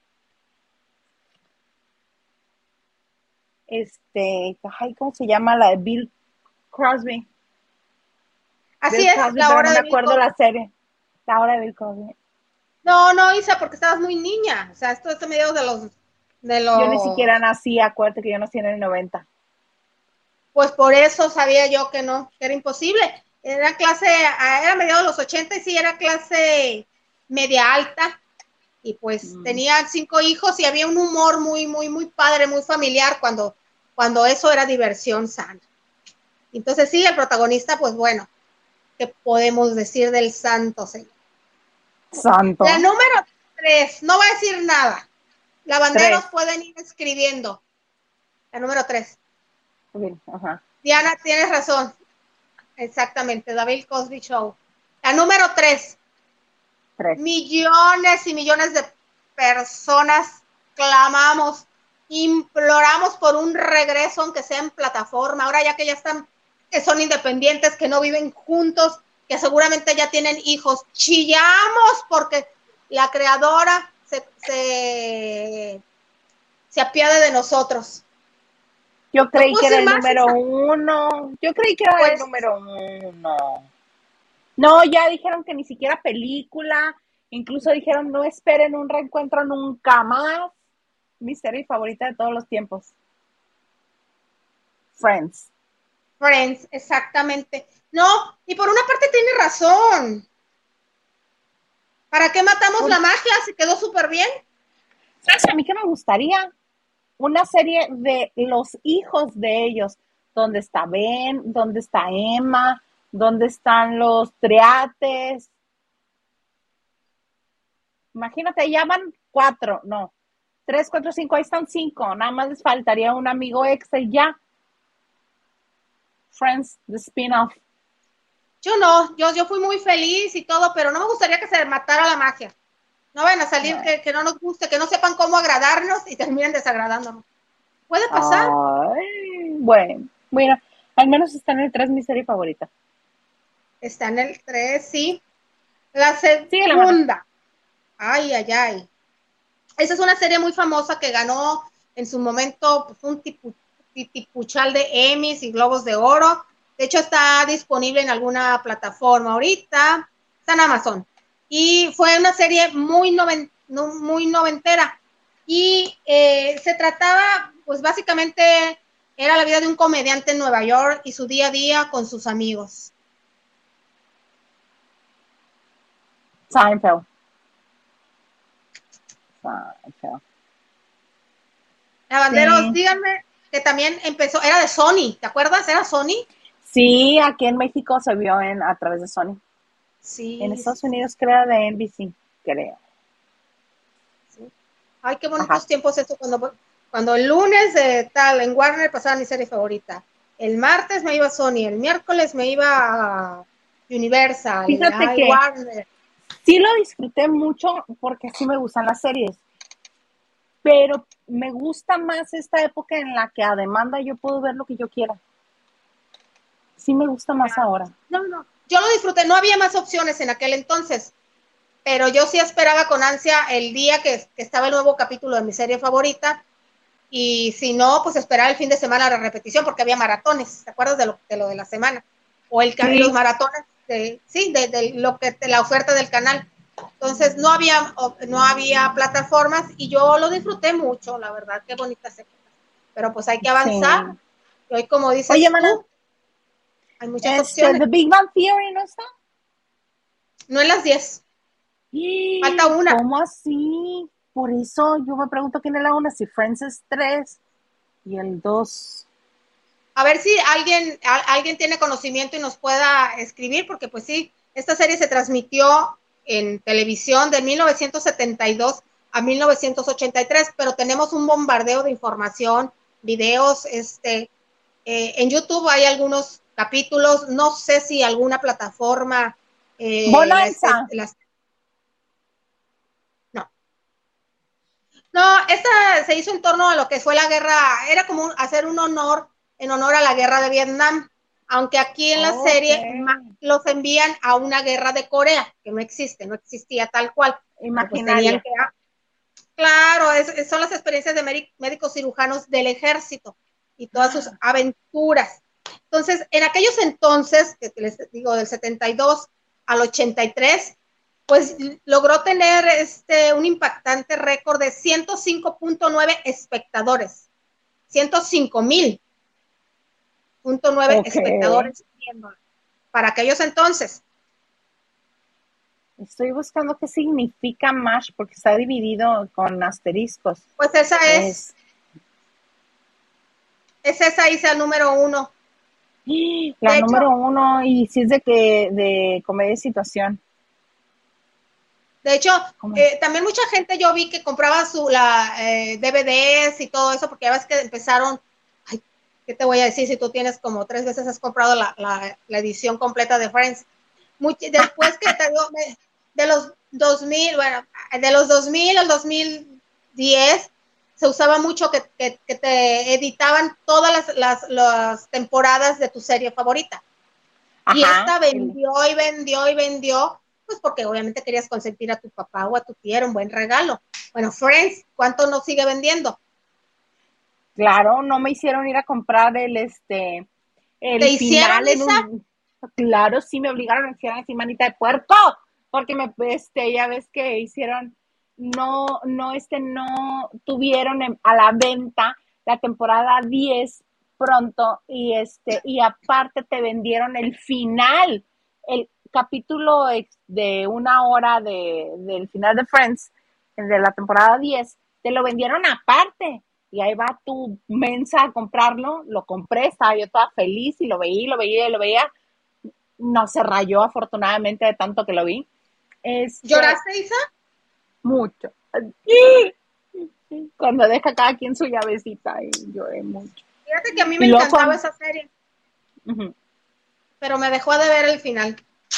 Ay, ¿cómo se llama? La de Bill Crosby. Así Bill es, Crosby, la pero no hora me de Bill acuerdo Cosby. la serie. La hora de Bill Crosby. No, no, Isa, porque estabas muy niña. O sea, esto es a mediados de Yo ni siquiera los, nací, acuérdate que yo nací en el 90. pues por eso sabía yo que no, que era imposible. Era mediados de los 80 y sí, era clase media alta. Y pues tenía 5 hijos y había un humor muy, muy, muy padre, muy familiar cuando eso era diversión sana. Entonces sí, el protagonista, pues bueno, ¿qué podemos decir del santo señor? La Santo. número 3, no va a decir nada. Lavanderos 3. pueden ir escribiendo. La número 3. Ajá. Diana, tienes razón. Exactamente, The Bill Cosby Show. La número 3. 3. Millones y millones de personas clamamos, imploramos por un regreso, aunque sea en plataforma. Ahora ya que ya están, que son independientes, que no viven juntos, que seguramente ya tienen hijos, chillamos porque la creadora se apiade de nosotros. Yo No creí puedo que era decir el más, número Isa. 1. Yo creí que era el Pues número 1. No, ya dijeron que ni siquiera película. Incluso dijeron no esperen un reencuentro nunca más. Mi serie favorita de todos los tiempos. Friends. Friends, exactamente. No, y por una parte tiene razón. ¿Para qué matamos Por, la magia? Se quedó súper bien. ¿Sabes a mí qué me gustaría? Una serie de los hijos de ellos. ¿Dónde está Ben? ¿Dónde está Emma? ¿Dónde están los Triates? Imagínate, ya van 4, no, 3, 4, 5, ahí están 5. Nada más les faltaría un amigo extra y ya. Friends, the spin-off. Yo no, yo fui muy feliz y todo, pero no me gustaría que se matara la magia. No vayan a salir que no nos guste, que no sepan cómo agradarnos y terminen desagradándonos. Puede pasar. Ay, bueno, al menos está en el 3 mi serie favorita. Está en el 3, sí. La Sigue la mano. segunda. Ay, ay, ay. Esa es una serie muy famosa que ganó en su momento pues, un tipuchal de Emmys y Globos de Oro. De hecho, está disponible en alguna plataforma ahorita. Está en Amazon. Y fue una serie muy noventera. Y se trataba, pues básicamente, era la vida de un comediante en Nueva York y su día a día con sus amigos. Seinfeld. Lavanderos, Sí. díganme que también empezó, era de Sony, ¿te acuerdas? ¿Era Sony? Sí, aquí en México se vio a través de Sony. En Sí, Estados sí, Unidos creo de NBC, creo. sí. Ay, qué bonitos Ajá. tiempos esto, cuando el lunes tal, en Warner pasaba mi serie favorita. El martes me iba a Sony, el miércoles me iba a Universal, Fíjate ay, que Warner. sí lo disfruté mucho porque sí me gustan las series, pero me gusta más esta época en la que a demanda yo puedo ver lo que yo quiera. Sí me gusta más ahora. No, no, yo lo disfruté, no había más opciones en aquel entonces, pero yo sí esperaba con ansia el día que estaba el nuevo capítulo de mi serie favorita, y si no, pues esperar el fin de semana la repetición, porque había maratones, ¿te acuerdas de lo de la semana? O los Sí, maratones, de la oferta del canal. Entonces no había plataformas y yo lo disfruté mucho, la verdad, qué bonitas épocas. Pero pues hay que avanzar. Sí. Y hoy, como Oye, dices mana, tú, hay muchas opciones. The Big Bang Theory no está. No en las 10, falta una. ¿Cómo así? Por eso yo me pregunto quién es la una, si Friends es 3 y el 2. A ver si alguien tiene conocimiento y nos pueda escribir, porque pues sí, esta serie se transmitió en televisión de 1972 a 1983, pero tenemos un bombardeo de información, videos, en YouTube hay algunos capítulos, no sé si alguna plataforma, Bonanza. no. No, esta se hizo en torno a lo que fue la guerra, era como hacer un honor en honor a la guerra de Vietnam, aunque aquí en la serie Ok. los envían a una guerra de Corea, que no existe, no existía tal cual, pero pues tenían Imaginaria. que, claro, son las experiencias de médicos cirujanos del ejército y todas sus aventuras. Entonces, en aquellos entonces, que les digo, del 72 al 83, pues logró tener un impactante récord de 105.9 espectadores, 105,000.9 Ok. espectadores viéndolo. Para aquellos entonces, Estoy buscando qué significa MASH porque está dividido con asteriscos. pues esa Es esa Isa número uno. la De hecho, número uno y si es de comedia y situación. De hecho, ¿Cómo? también mucha gente yo vi que compraba DVDs y todo eso, porque ya ves que empezaron, ay, ¿qué te voy a decir? Si tú tienes como 3 veces has comprado la edición completa de Friends. Después que te digo, de los 2000, bueno, de los 2000 al 2010, se usaba mucho que te editaban todas las temporadas de tu serie favorita. Y Ajá. esta vendió y vendió y vendió, pues porque obviamente querías consentir a tu papá o a tu tía, era un buen regalo. Bueno, Friends, ¿cuánto nos sigue vendiendo? Claro, no me hicieron ir a comprar ¿Te el hicieron, final en Isa? un, claro, sí me obligaron a decir así, manita de puerco, porque ya ves que hicieron, no tuvieron a la venta la temporada 10 pronto y aparte te vendieron el final, el capítulo de una hora del final de Friends, de la temporada 10 te lo vendieron aparte y ahí va tu mensa a comprarlo, lo compré, estaba yo toda feliz y lo veía, no se rayó afortunadamente de tanto que lo vi, ¿Lloraste, Isa? mucho, cuando deja cada quien su llavecita y lloré mucho. Fíjate que a mí me Y luego encantaba esa serie, uh-huh. pero me dejó de ver el final.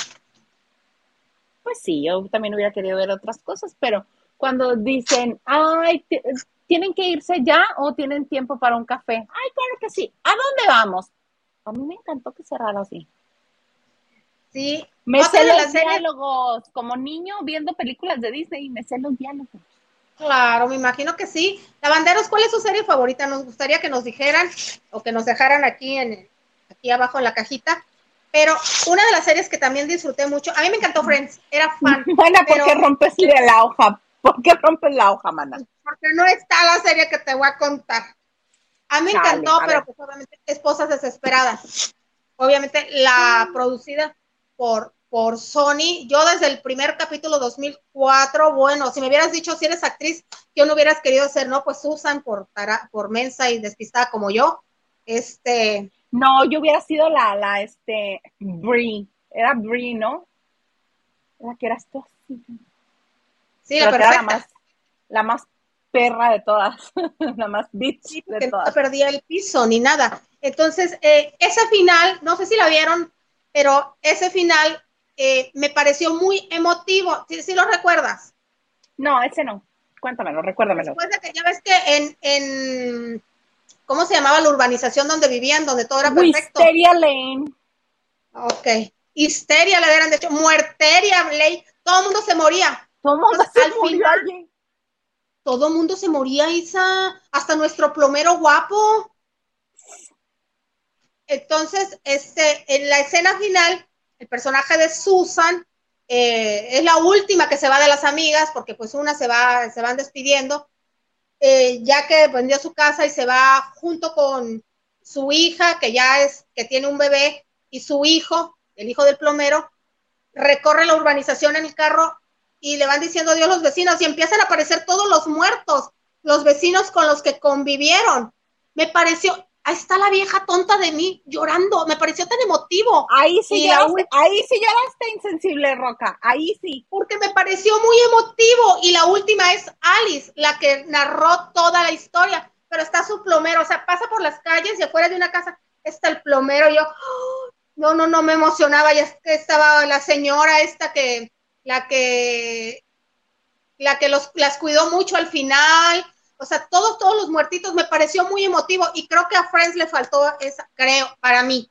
Pues sí, yo también hubiera querido ver otras cosas, pero cuando dicen, ay, ¿tienen que irse ya o tienen tiempo para un café? Ay, claro que sí. ¿A dónde vamos? A mí me encantó que cerrara así. Sí, Me otra sé de los las series, diálogos, como niño viendo películas de Disney, me sé los diálogos. claro, me imagino que sí. Lavanderos, ¿cuál es su serie favorita? Nos gustaría que nos dijeran o que nos dejaran aquí abajo en la cajita. Pero una de las series que también disfruté mucho, a mí me encantó Friends, era fan, Mana, ¿por qué pero rompes la hoja? ¿Por qué rompes la hoja, mana? porque no está la serie que te voy a contar. A mí me Chale, encantó, a pero ver. pues obviamente Esposas Desesperadas. Obviamente la producida por Sony. Yo desde el primer capítulo 2004, bueno, si me hubieras dicho si eres actriz, yo no hubieras querido ser, ¿no? Pues Susan por mensa y despistada como yo. No, yo hubiera sido Brie. Era Brie, ¿no? La que eras tú así. Sí, la Pero que era perfecta. la más perra de todas. La más bitch Sí, de porque no se todas. perdía el piso ni nada. Entonces, ese final, no sé si la vieron, pero ese final me pareció muy emotivo. ¿Sí lo recuerdas? No, ese no. Cuéntamelo, recuérdamelo. Después de que ya ves que ¿cómo se llamaba la urbanización donde vivían, donde todo era perfecto? Wisteria Lane. Ok. Histeria le hubieran dicho, muerteria, ley, todo el mundo se moría. Todo el mundo Entonces, se al murió final, allí. todo el mundo se moría, Isa, hasta nuestro plomero guapo. Entonces, en la escena final, el personaje de Susan es la última que se va de las amigas, porque pues una se van despidiendo, ya que vendió su casa y se va junto con su hija, que tiene un bebé, y su hijo, el hijo del plomero, recorre la urbanización en el carro y le van diciendo adiós los vecinos y empiezan a aparecer todos los muertos, los vecinos con los que convivieron. Me pareció, ahí está la vieja tonta de mí llorando, me pareció tan emotivo. Ahí sí lloraste, insensible, Roca, ahí sí. Porque me pareció muy emotivo, y la última es Alice, la que narró toda la historia, pero está su plomero, o sea, pasa por las calles y afuera de una casa está el plomero, y yo, no, me emocionaba, ya estaba la señora esta las cuidó mucho al final, o sea, todos los muertitos, me pareció muy emotivo, y creo que a Friends le faltó esa, creo, para mí.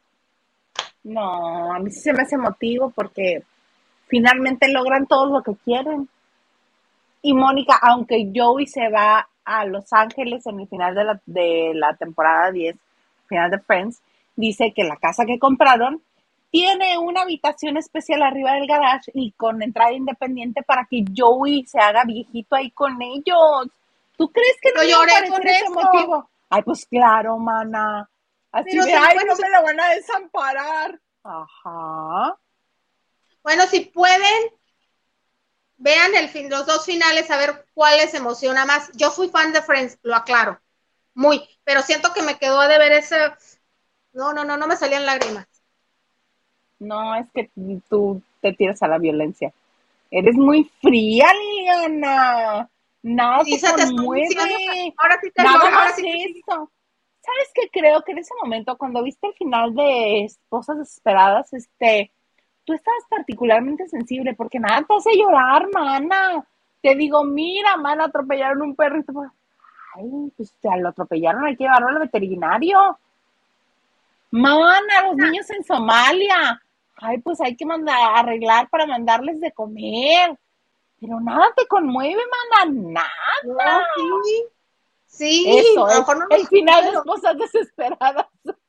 No, a mí sí se me hace emotivo porque finalmente logran todo lo que quieren. Y Mónica, aunque Joey se va a Los Ángeles en el final de la temporada 10, final de Friends, dice que la casa que compraron tiene una habitación especial arriba del garage y con entrada independiente para que Joey se haga viejito ahí con ellos. ¿Tú crees que no lloré con ese motivo? Ay, pues claro, mana. Así de, ay, no me lo van a desamparar. Ajá. Bueno, si pueden, vean los dos finales a ver cuál les emociona más. Yo fui fan de Friends, lo aclaro, pero siento que me quedó a deber ese. No me salían lágrimas. No, es que tú te tiras a la violencia. Eres muy fría, Liliana. Nada te conmueve. Ahora sí te Nada más eso. ¿Sabes qué? Creo que en ese momento, cuando viste el final de Esposas Desesperadas, tú estabas particularmente sensible porque nada te hace llorar, mana. Te digo, mira, mana, atropellaron un perrito. Ay, pues lo atropellaron, hay que llevarlo al veterinario. Mana, los niños en Somalia. Ay, pues hay que arreglar para mandarles de comer. Pero nada te conmueve, mana, nada. No, sí. Eso es el final de Esposas Desesperadas.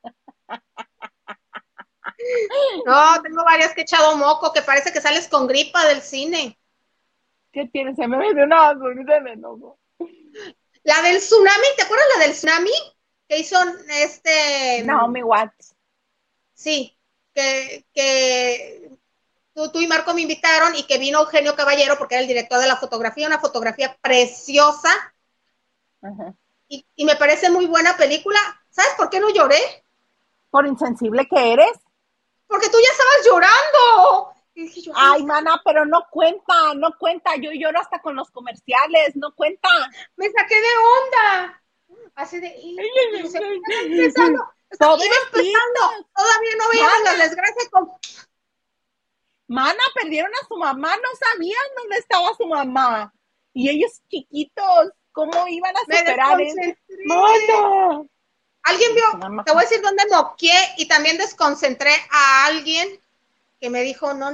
No, tengo varias que he echado moco, que parece que sales con gripa del cine. ¿Qué tienes? Se me metió una bolita de enojo. La del tsunami, ¿te acuerdas la del tsunami? Que hizo Naomi Watts. Sí, que tú y Marco me invitaron y que vino Eugenio Caballero porque era el director de la fotografía, una fotografía preciosa. Uh-huh. Y me parece muy buena película. ¿Sabes por qué no lloré? ¿Por insensible que eres? Porque tú ya estabas llorando. Y dije yo, ay, mana, pero no cuenta. Yo lloro hasta con los comerciales, no cuenta. Me saqué de onda. Así de, empezando. Todavía no veíamos la desgracia con... Mana, perdieron a su mamá, no sabían dónde estaba su mamá. Y ellos chiquitos, ¿cómo iban a superar eso? ¡Mana! Alguien vio, te voy a decir dónde moqué y también desconcentré a alguien que me dijo, no,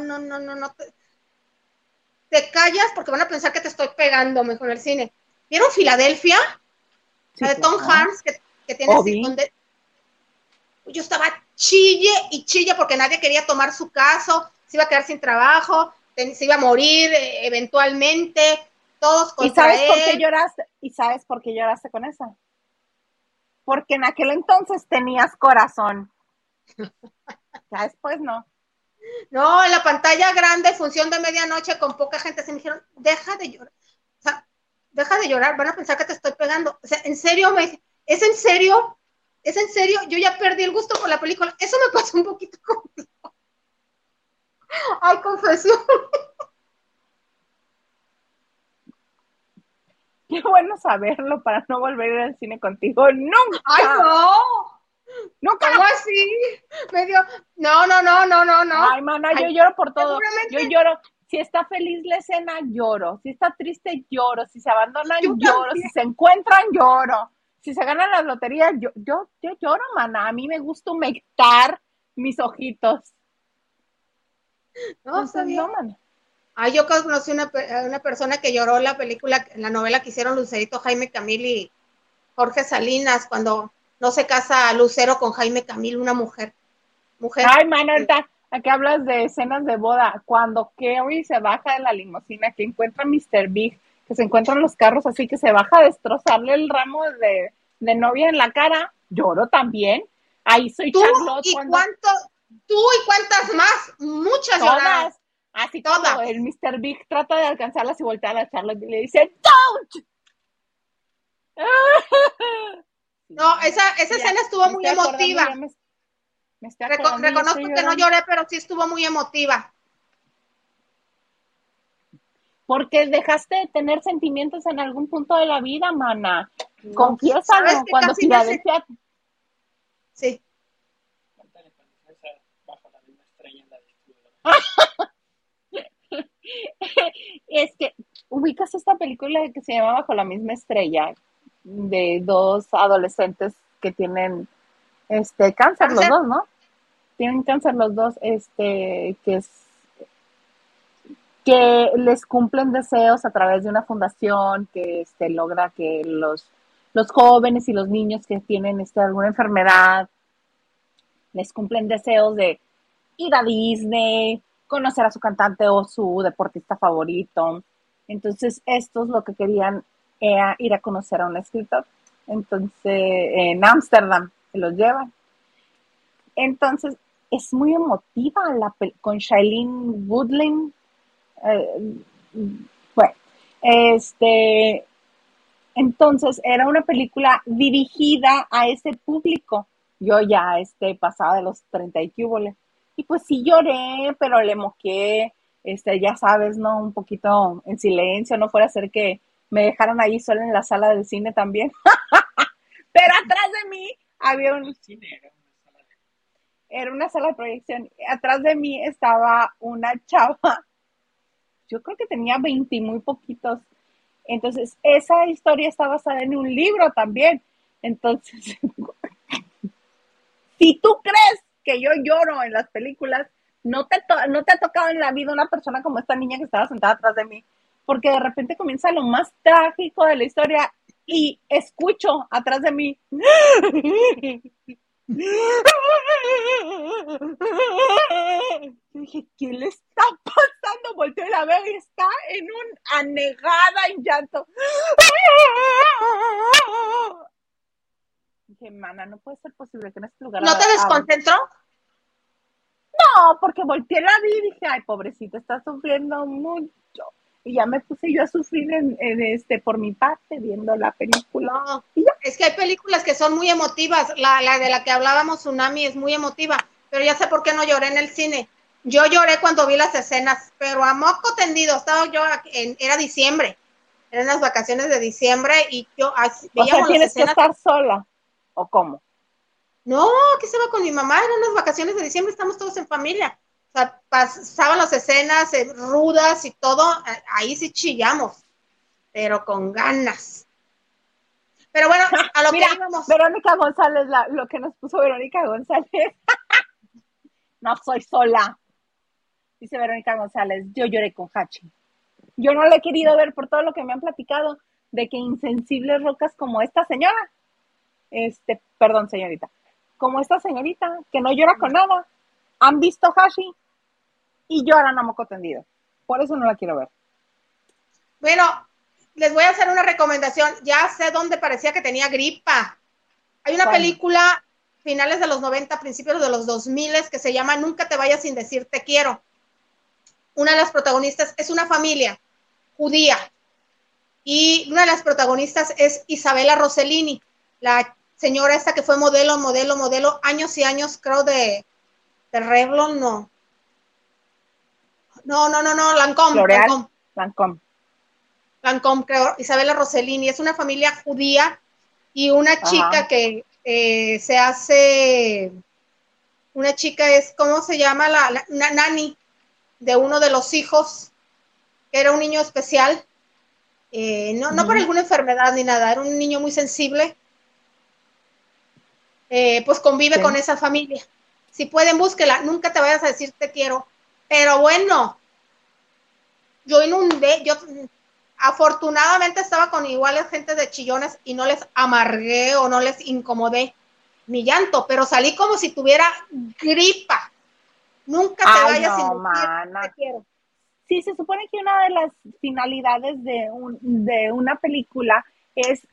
te callas porque van a pensar que te estoy pegando, mejor en el cine. ¿Vieron Filadelfia? Sí, la de Tom Hanks, que tiene así, donde yo estaba chille porque nadie quería tomar su caso, se iba a quedar sin trabajo, se iba a morir eventualmente, todos contra él. ¿Y sabes por qué lloraste con eso? Porque en aquel entonces tenías corazón. Ya después no. No, en la pantalla grande, función de medianoche, con poca gente, se me dijeron, deja de llorar. O sea, deja de llorar, van a pensar que te estoy pegando. O sea, ¿en serio? Me dice, ¿es en serio? ¿Es en serio? Yo ya perdí el gusto por la película. Eso me pasó un poquito conmigo. Ay, confesión. Qué bueno saberlo para no volver a ir al cine contigo. ¡Nunca! ¡Ay, no! ¡Nunca! ¿Cómo así? Me dio... No. Ay, mana, yo lloro por todo. Yo lloro. Si está feliz la escena, lloro. Si está triste, lloro. Si se abandonan, lloro. Si se encuentran, lloro. Si se ganan las loterías, yo lloro, mana. A mí me gusta humectar mis ojitos. No, está bien. Mana. Ay, yo conocí una persona que lloró la película, la novela que hicieron Lucerito, Jaime Camil y Jorge Salinas, cuando no se casa Lucero con Jaime Camil, una mujer. Ay, mana, ¿A qué hablas de escenas de boda? Cuando Carrie se baja de la limusina, que encuentra a Mr. Big, que se encuentran los carros así, que se baja a destrozarle el ramo de novia en la cara, lloro también. Ahí soy ¿Tú Charlotte y cuando cuántas más? Muchas lloraron. todas, así cuando Todas. el Mr. Big trata de alcanzarlas y voltea a la Charlotte y le dice, ¡Don't! No, esa escena estuvo muy emotiva. Me estoy acordando y ya estoy Reconozco que no llorando. lloré, pero sí estuvo muy emotiva. Porque dejaste de tener sentimientos en algún punto de la vida, mana. No, ¿sabes Confiésalo, qué cuando casi me hace? Filadelfia... Sí. Bajo la misma estrella en la Es que ubicas esta película que se llama Bajo la misma estrella, de dos adolescentes que tienen cáncer los ¿Cáncer? dos, ¿no? Tienen cáncer los dos, que les cumplen deseos a través de una fundación que logra que los jóvenes y los niños que tienen alguna enfermedad les cumplen deseos de ir a Disney, conocer a su cantante o su deportista favorito. Entonces, estos lo que querían era ir a conocer a un escritor. Entonces, en Ámsterdam se los llevan. Entonces, es muy emotiva con Shailene Woodley. Bueno, entonces era una película dirigida a ese público. Yo ya pasada de los 30 y cúbole. Y pues sí lloré, pero le moqué, ya sabes, ¿no? Un poquito en silencio, no fuera a ser que me dejaran ahí sola en la sala del cine también. Pero atrás de mí había era una sala de proyección. Atrás de mí estaba una chava, yo creo que tenía 20 y muy poquitos. Entonces, esa historia está basada en un libro también. Entonces, si tú crees que yo lloro en las películas, no te ha tocado en la vida una persona como esta niña que estaba sentada atrás de mí, porque de repente comienza lo más trágico de la historia y escucho atrás de mí. Dije, ¿qué le está pasando? Volteo la veo y está en un anegada en llanto. Dije, mana, no puede ser posible que en este lugar... ¿No te desconcentró? No, porque volteé la vi y dije, ay, pobrecita, está sufriendo mucho. Y ya me puse yo a sufrir por mi parte viendo la película. No, es que hay películas que son muy emotivas. La de la que hablábamos, Tsunami, es muy emotiva, pero ya sé por qué no lloré en el cine. Yo lloré cuando vi las escenas, pero a moco tendido. Estaba yo, era diciembre, eran las vacaciones de diciembre y yo veíamos o sea, tienes que estar sola, ¿o cómo? No, aquí se va con mi mamá, eran las vacaciones de diciembre, estamos todos en familia. O sea, pasaban las escenas rudas y todo, ahí sí chillamos, pero con ganas. Pero bueno, a lo mira, que íbamos. Verónica González, lo que nos puso Verónica González. No soy sola. Dice Verónica González, yo lloré con Hachi. Yo no la he querido ver por todo lo que me han platicado de que insensibles rocas como esta señora, perdón señorita, como esta señorita que no llora con nada, han visto Hachi y lloran a moco tendido. Por eso no la quiero ver. Bueno, les voy a hacer una recomendación. Ya sé dónde parecía que tenía gripa. Hay una película finales de los 90, principios de los 2000 que se llama Nunca te vayas sin decir te quiero. Una de las protagonistas es una familia judía y una de las protagonistas es Isabella Rossellini, la señora esta que fue modelo, años y años, creo, de Revlon, no, Lancôme, creo, Isabella Rossellini. Es una familia judía y una chica que se hace, una chica es, ¿cómo se llama? Una nani de uno de los hijos, que era un niño especial, no por alguna enfermedad ni nada, era un niño muy sensible, pues convive con esa familia. Si pueden, búsquela, Nunca te vayas a decir te quiero. Pero bueno, yo afortunadamente estaba con iguales gente de chillones y no les amargué o no les incomodé mi llanto, pero salí como si tuviera gripa. Nunca te Ay, vayas sin no, decir te mana. quiero. Sí, se supone que una de las finalidades de una película es,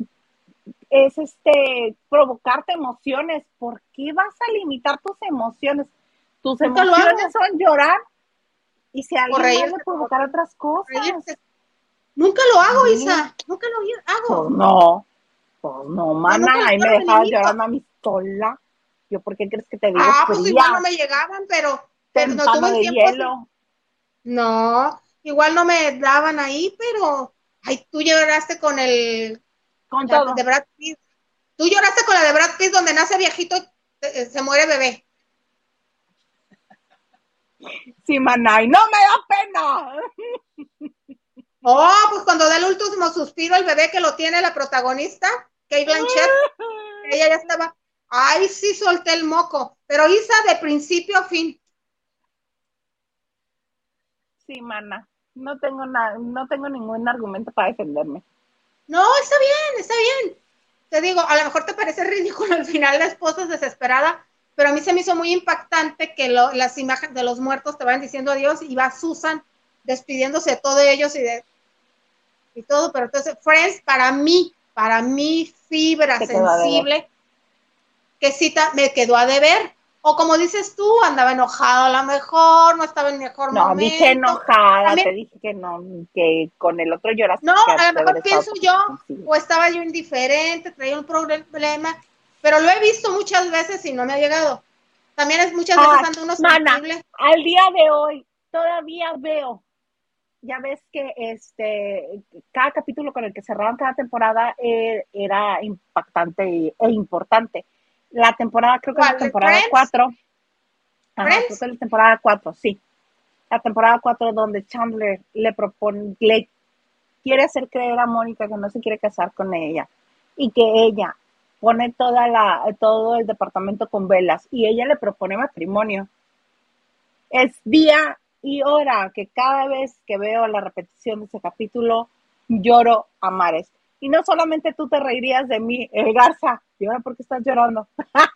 provocarte emociones. ¿Por qué vas a limitar tus emociones? Tus Nunca lo emociones hago. son llorar y si a O alguien más le reírte como provocar tú. otras Reírte. cosas. Nunca lo hago, Sí, Isa. Nunca lo pues hago. no, pues no, No, nunca, mana, ahí yo me no me dejabas limito. llorando a mi sola. Yo, ¿por qué crees que te digo Ah, pues igual no fría? me llegaban, pero no tuve Tempano un de tiempo así. hielo, No, igual no me daban ahí, pero ay, tú lloraste con con la de todo. Brad Pitt. Tú lloraste con la de Brad Pitt donde nace viejito y se muere bebé. Sí, mana, y no me da pena. Oh, pues cuando da el último suspiro el bebé que lo tiene la protagonista, Kate Blanchett, ella ya estaba, ay, sí solté el moco, pero Isa de principio a fin. Sí, mana, no tengo ningún argumento para defenderme. No, está bien, está bien. Te digo, a lo mejor te parece ridículo al final la esposa es desesperada, pero a mí se me hizo muy impactante que las imágenes de los muertos te van diciendo adiós y va Susan despidiéndose de todos ellos y todo, pero entonces Friends para mí fibra Te quedó a deber. sensible, que cita me quedó a deber. O como dices tú, andaba enojado a lo mejor, no estaba en mejor No, dije momento. enojada, te También dije que no, que con el otro lloraste no, porque a lo de haber mejor estado un pienso yo, poquito sensible. o estaba yo indiferente, traía un problema, pero lo he visto muchas veces y no me ha llegado. También es muchas veces Ah, ando uno mana, sensible. al día de hoy todavía veo, ya ves que cada capítulo con el que cerraban cada temporada era impactante e importante. La temporada, creo que es la ¿Cuál? ¿De temporada Friends? 4. Ajá, creo ¿Friends? que es la temporada 4, sí. La temporada 4 donde Chandler le quiere hacer creer a Mónica que no se quiere casar con ella y que ella pone todo el departamento con velas y ella le propone matrimonio. Es día y hora que cada vez que veo la repetición de ese capítulo lloro a mares. Y no solamente tú te reirías de mí, Garza, ¿y ahora por qué estás llorando?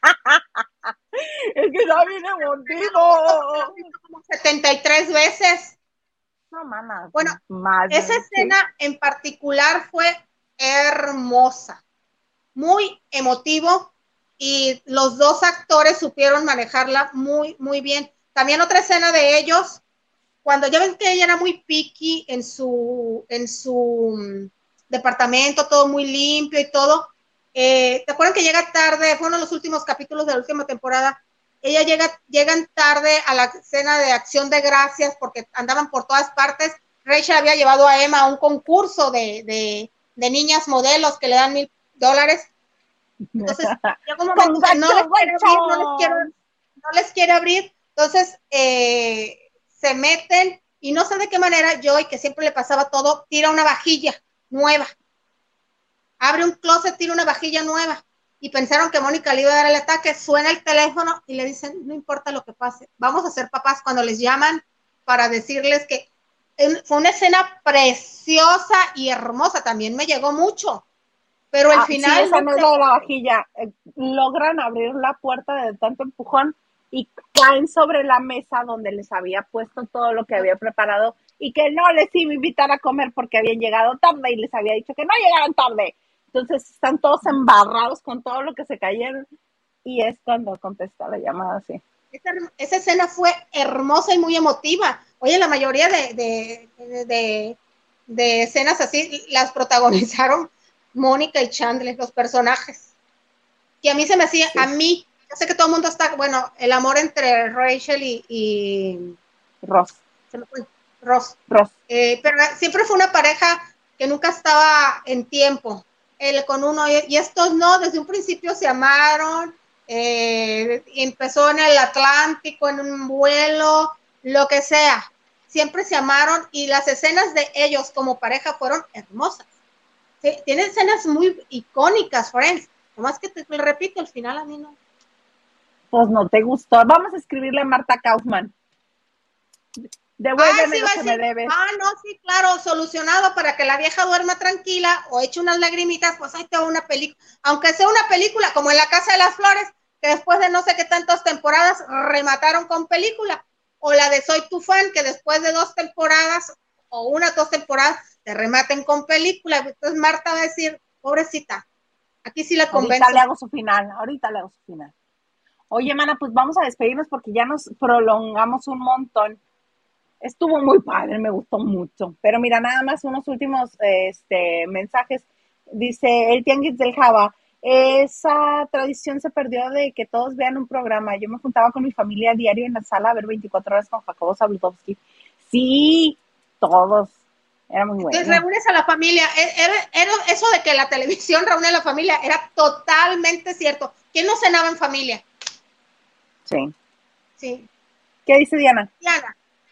Es que está bien La he emotivo. visto como 73 veces. No, mana, Bueno, más, esa sí. escena en particular fue hermosa, muy emotivo y los dos actores supieron manejarla muy, muy bien. También otra escena de ellos, cuando ya ven que ella era muy picky en su departamento, todo muy limpio y todo. ¿Te acuerdan que llega tarde? Fue uno de los últimos capítulos de la última temporada. Llegan tarde a la escena de acción de gracias porque andaban por todas partes. Rachel había llevado a Emma a un concurso de niñas modelos que le dan $1,000. Entonces, llega un momento que no les quiere abrir, Congratulations. no les quiere abrir. Entonces, se meten y no sé de qué manera Joy, que siempre le pasaba todo, tira una vajilla nueva. Abre un closet, tira una vajilla nueva. Y pensaron que Mónica le iba a dar el ataque. Suena el teléfono y le dicen, no importa lo que pase, vamos a ser papás cuando les llaman para decirles que fue una escena preciosa y hermosa. También me llegó mucho. Pero el Sí, final, esa no no es sé, la de la vajilla. Logran abrir la puerta de tanto empujón y caen sobre la mesa donde les había puesto todo lo que había preparado y que no les iba a invitar a comer porque habían llegado tarde y les había dicho que no llegaran tarde. Entonces están todos embarrados con todo lo que se cayeron y es cuando contesta la llamada así. esa escena fue hermosa y muy emotiva. Oye, la mayoría de escenas así las protagonizaron Mónica y Chandler, los personajes. Que a mí se me hacía, a Sí, mí, yo sé que todo el mundo está, bueno, el amor entre Rachel y Ross, se me fue, Ross. Ross. Pero siempre fue una pareja que nunca estaba en tiempo, él con uno, y estos no, desde un principio se amaron, empezó en el Atlántico, en un vuelo, lo que sea, siempre se amaron y las escenas de ellos como pareja fueron hermosas. Sí, tiene escenas muy icónicas, Friends, nomás que te repito, al final a mí no. Pues no te gustó. Vamos a escribirle a Marta Kaufman. Ay, Devuélveme sí, lo va a que me decir, debes. no, sí, claro, solucionado para que la vieja duerma tranquila o eche unas lagrimitas, pues ahí te va una película. Aunque sea una película como en La Casa de las Flores, que después de no sé qué tantas temporadas remataron con película. o la de Soy tu fan, que después de 2 temporadas o 2 temporadas te rematen con película. Entonces Marta va a decir, pobrecita, aquí sí la convenzo. Ahorita le hago su final, ahorita le hago su final. Oye, mana, pues vamos a despedirnos porque ya nos prolongamos un montón. Estuvo muy padre, me gustó mucho. Pero mira, nada más unos últimos mensajes. Dice el Tianguis del Java, esa tradición se perdió de que todos vean un programa. Yo me juntaba con mi familia a diario en la sala a ver 24 horas con Jacobo Zabludovsky. Sí, todos. Era muy bueno. Entonces reúnes a la familia. Era eso de que la televisión reúne a la familia era totalmente cierto. ¿Quién no cenaba en familia? Sí. Sí. ¿Qué dice Diana? Diana.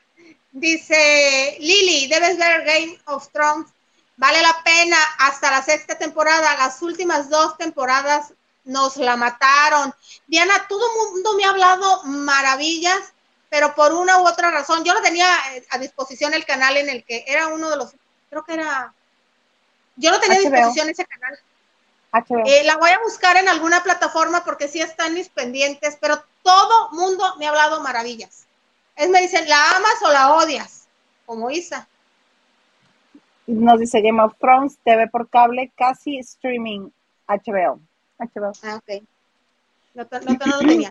Dice Lili, debes ver Game of Thrones. Vale la pena hasta la 6ª temporada. Las últimas 2 temporadas nos la mataron. Diana, todo el mundo me ha hablado maravillas, pero por una u otra razón, yo no tenía a disposición el canal en el que era uno de los, creo que era, yo no tenía a disposición ese canal. La voy a buscar en alguna plataforma porque sí están mis pendientes, pero todo mundo me ha hablado maravillas. Me dicen, ¿la amas o la odias? Como Isa. Nos dice Game of Thrones, TV por cable, casi streaming, HBO. Ah, ok. No lo tenía.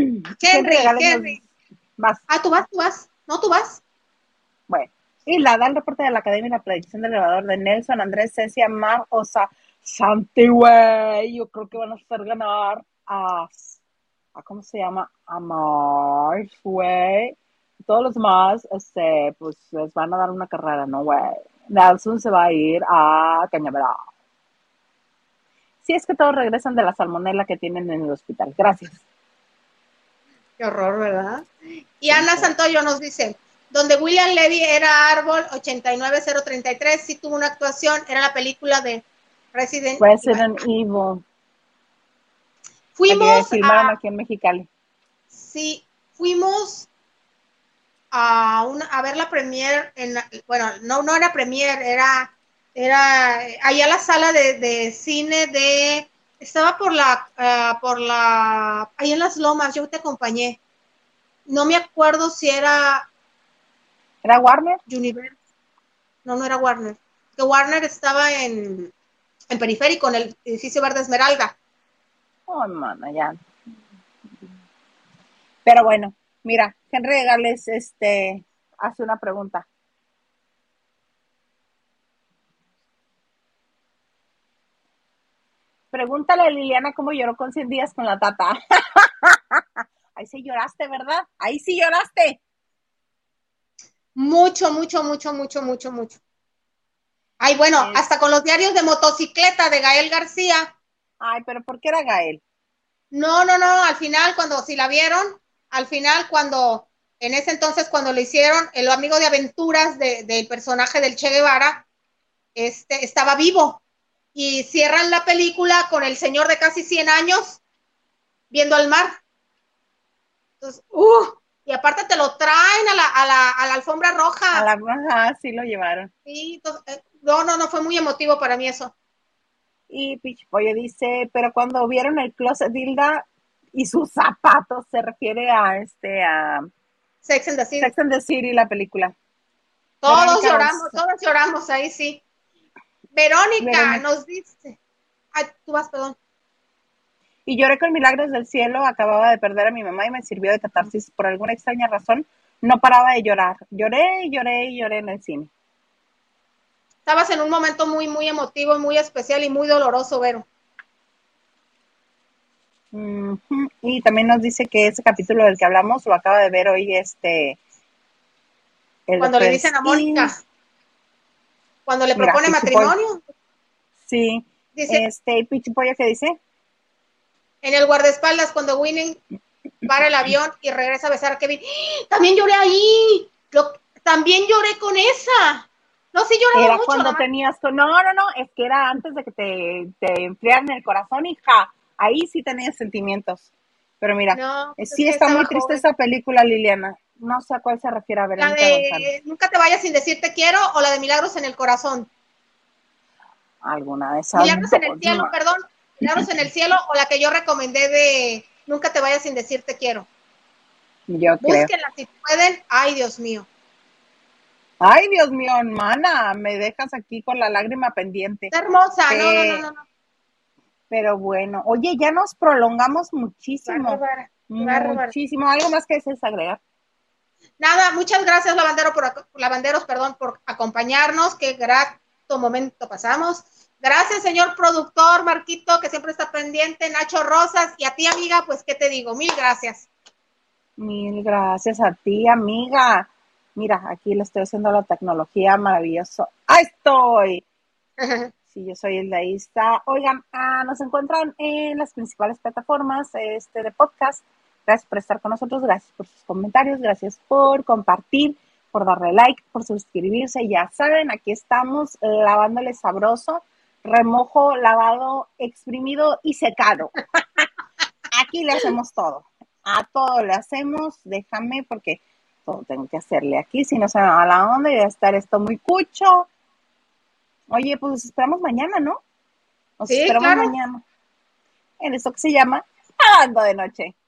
Henry. Vas. Ah, tú vas. No, tú vas. Bueno. Y da el reporte de la Academia y la predicción del elevador de Nelson, Andrés, Cecia, Mar, Osa, Santi, güey. Yo creo que van a hacer ganar a ¿cómo se llama? A Marsh, güey. Todos los demás, pues les van a dar una carrera, ¿no, güey? Nelson se va a ir a Cañaveral. Sí, es que todos regresan de la salmonela que tienen en el hospital. Gracias. Qué horror, ¿verdad? Y Ana Santoyo nos dice, donde William Levy era Árbol 89033, sí tuvo una actuación, era la película de Resident Evil. Fuimos aquí en Mexicali. Sí, fuimos a ver la premier, bueno, no era premier, era allá la sala de cine estaba ahí en Las Lomas, yo te acompañé. No me acuerdo si era Warner. Universal. No era Warner. Que Warner estaba en Periférico, en el edificio Verde Esmeralda. Oh, mana, ya. Pero bueno, mira, Henry Gales hace una pregunta. Pregúntale a Liliana cómo lloró con 100 días con la tata. Ahí sí lloraste, ¿verdad? Ahí sí lloraste. Mucho. Ay, bueno, hasta con los diarios de motocicleta de Gael García. Ay, pero ¿por qué era Gael? No, al final, si la vieron, en ese entonces, cuando le hicieron el amigo de aventuras del personaje del Che Guevara, estaba vivo. Y cierran la película con el señor de casi 100 años viendo al mar. Entonces, y aparte te lo traen a la alfombra roja. A la roja, sí lo llevaron. Sí, entonces, no, fue muy emotivo para mí eso. Y Pichipollo dice, pero cuando vieron el closet Hilda y sus zapatos, se refiere a Sex and the City. Sex and the City, la película. Todos lloramos ahí, sí. Verónica nos dice, ay, tú vas, perdón. Y lloré con Milagros del Cielo, acababa de perder a mi mamá y me sirvió de catarsis. Por alguna extraña razón, no paraba de llorar. Lloré en el cine. Estabas en un momento muy, muy emotivo, muy especial y muy doloroso, Vero. Y también nos dice que ese capítulo del que hablamos lo acaba de ver hoy cuando le dicen a Mónica, cuando le propone matrimonio. Sí. Dice, Pichipollo, ¿qué dice? En el guardaespaldas, cuando Winnie para el avión y regresa a besar a Kevin. También lloré ahí. También lloré con esa. No, sí lloraba era mucho. Cuando nomás tenías... No, es que era antes de que te enfriaran el corazón, hija. Ahí sí tenías sentimientos. Pero mira, sí está muy triste joven. Esa película, Liliana. No sé a cuál se refiere a Verónica González. Nunca te vayas sin decir te quiero, o la de Milagros en el corazón. Alguna de esas. Milagros en el cielo, perdón. Milagros en el cielo, o la que yo recomendé de Nunca te vayas sin decir te quiero. Yo creo. Búsquenla si pueden. Ay, Dios mío. Ay, Dios mío, hermana, me dejas aquí con la lágrima pendiente. Está hermosa. No, no, no, Pe- no, no. pero bueno, oye, ya nos prolongamos muchísimo, Bárbara, bárbara. muchísimo. ¿Algo más que desees agregar? Nada, muchas gracias, lavanderos, perdón, por acompañarnos. Qué grato momento pasamos. Gracias, señor productor Marquito, que siempre está pendiente, Nacho Rosas, y a ti, amiga, pues, ¿qué te digo? Mil gracias. Mil gracias a ti, amiga. Mira, aquí le estoy haciendo la tecnología maravilloso. ¡Ahí estoy! Sí, yo soy el Eldaísta. Oigan, nos encuentran en las principales plataformas de podcast. Gracias por estar con nosotros, gracias por sus comentarios, gracias por compartir, por darle like, por suscribirse. Ya saben, aquí estamos lavándole sabroso, remojo, lavado, exprimido y secado. Aquí le hacemos todo. A todo le hacemos, déjame porque todo tengo que hacerle aquí, si no se me va la onda y va a estar esto muy cucho. Oye, pues esperamos mañana, ¿no? Nos Sí, esperamos claro. mañana en esto que se llama Lavando de Noche.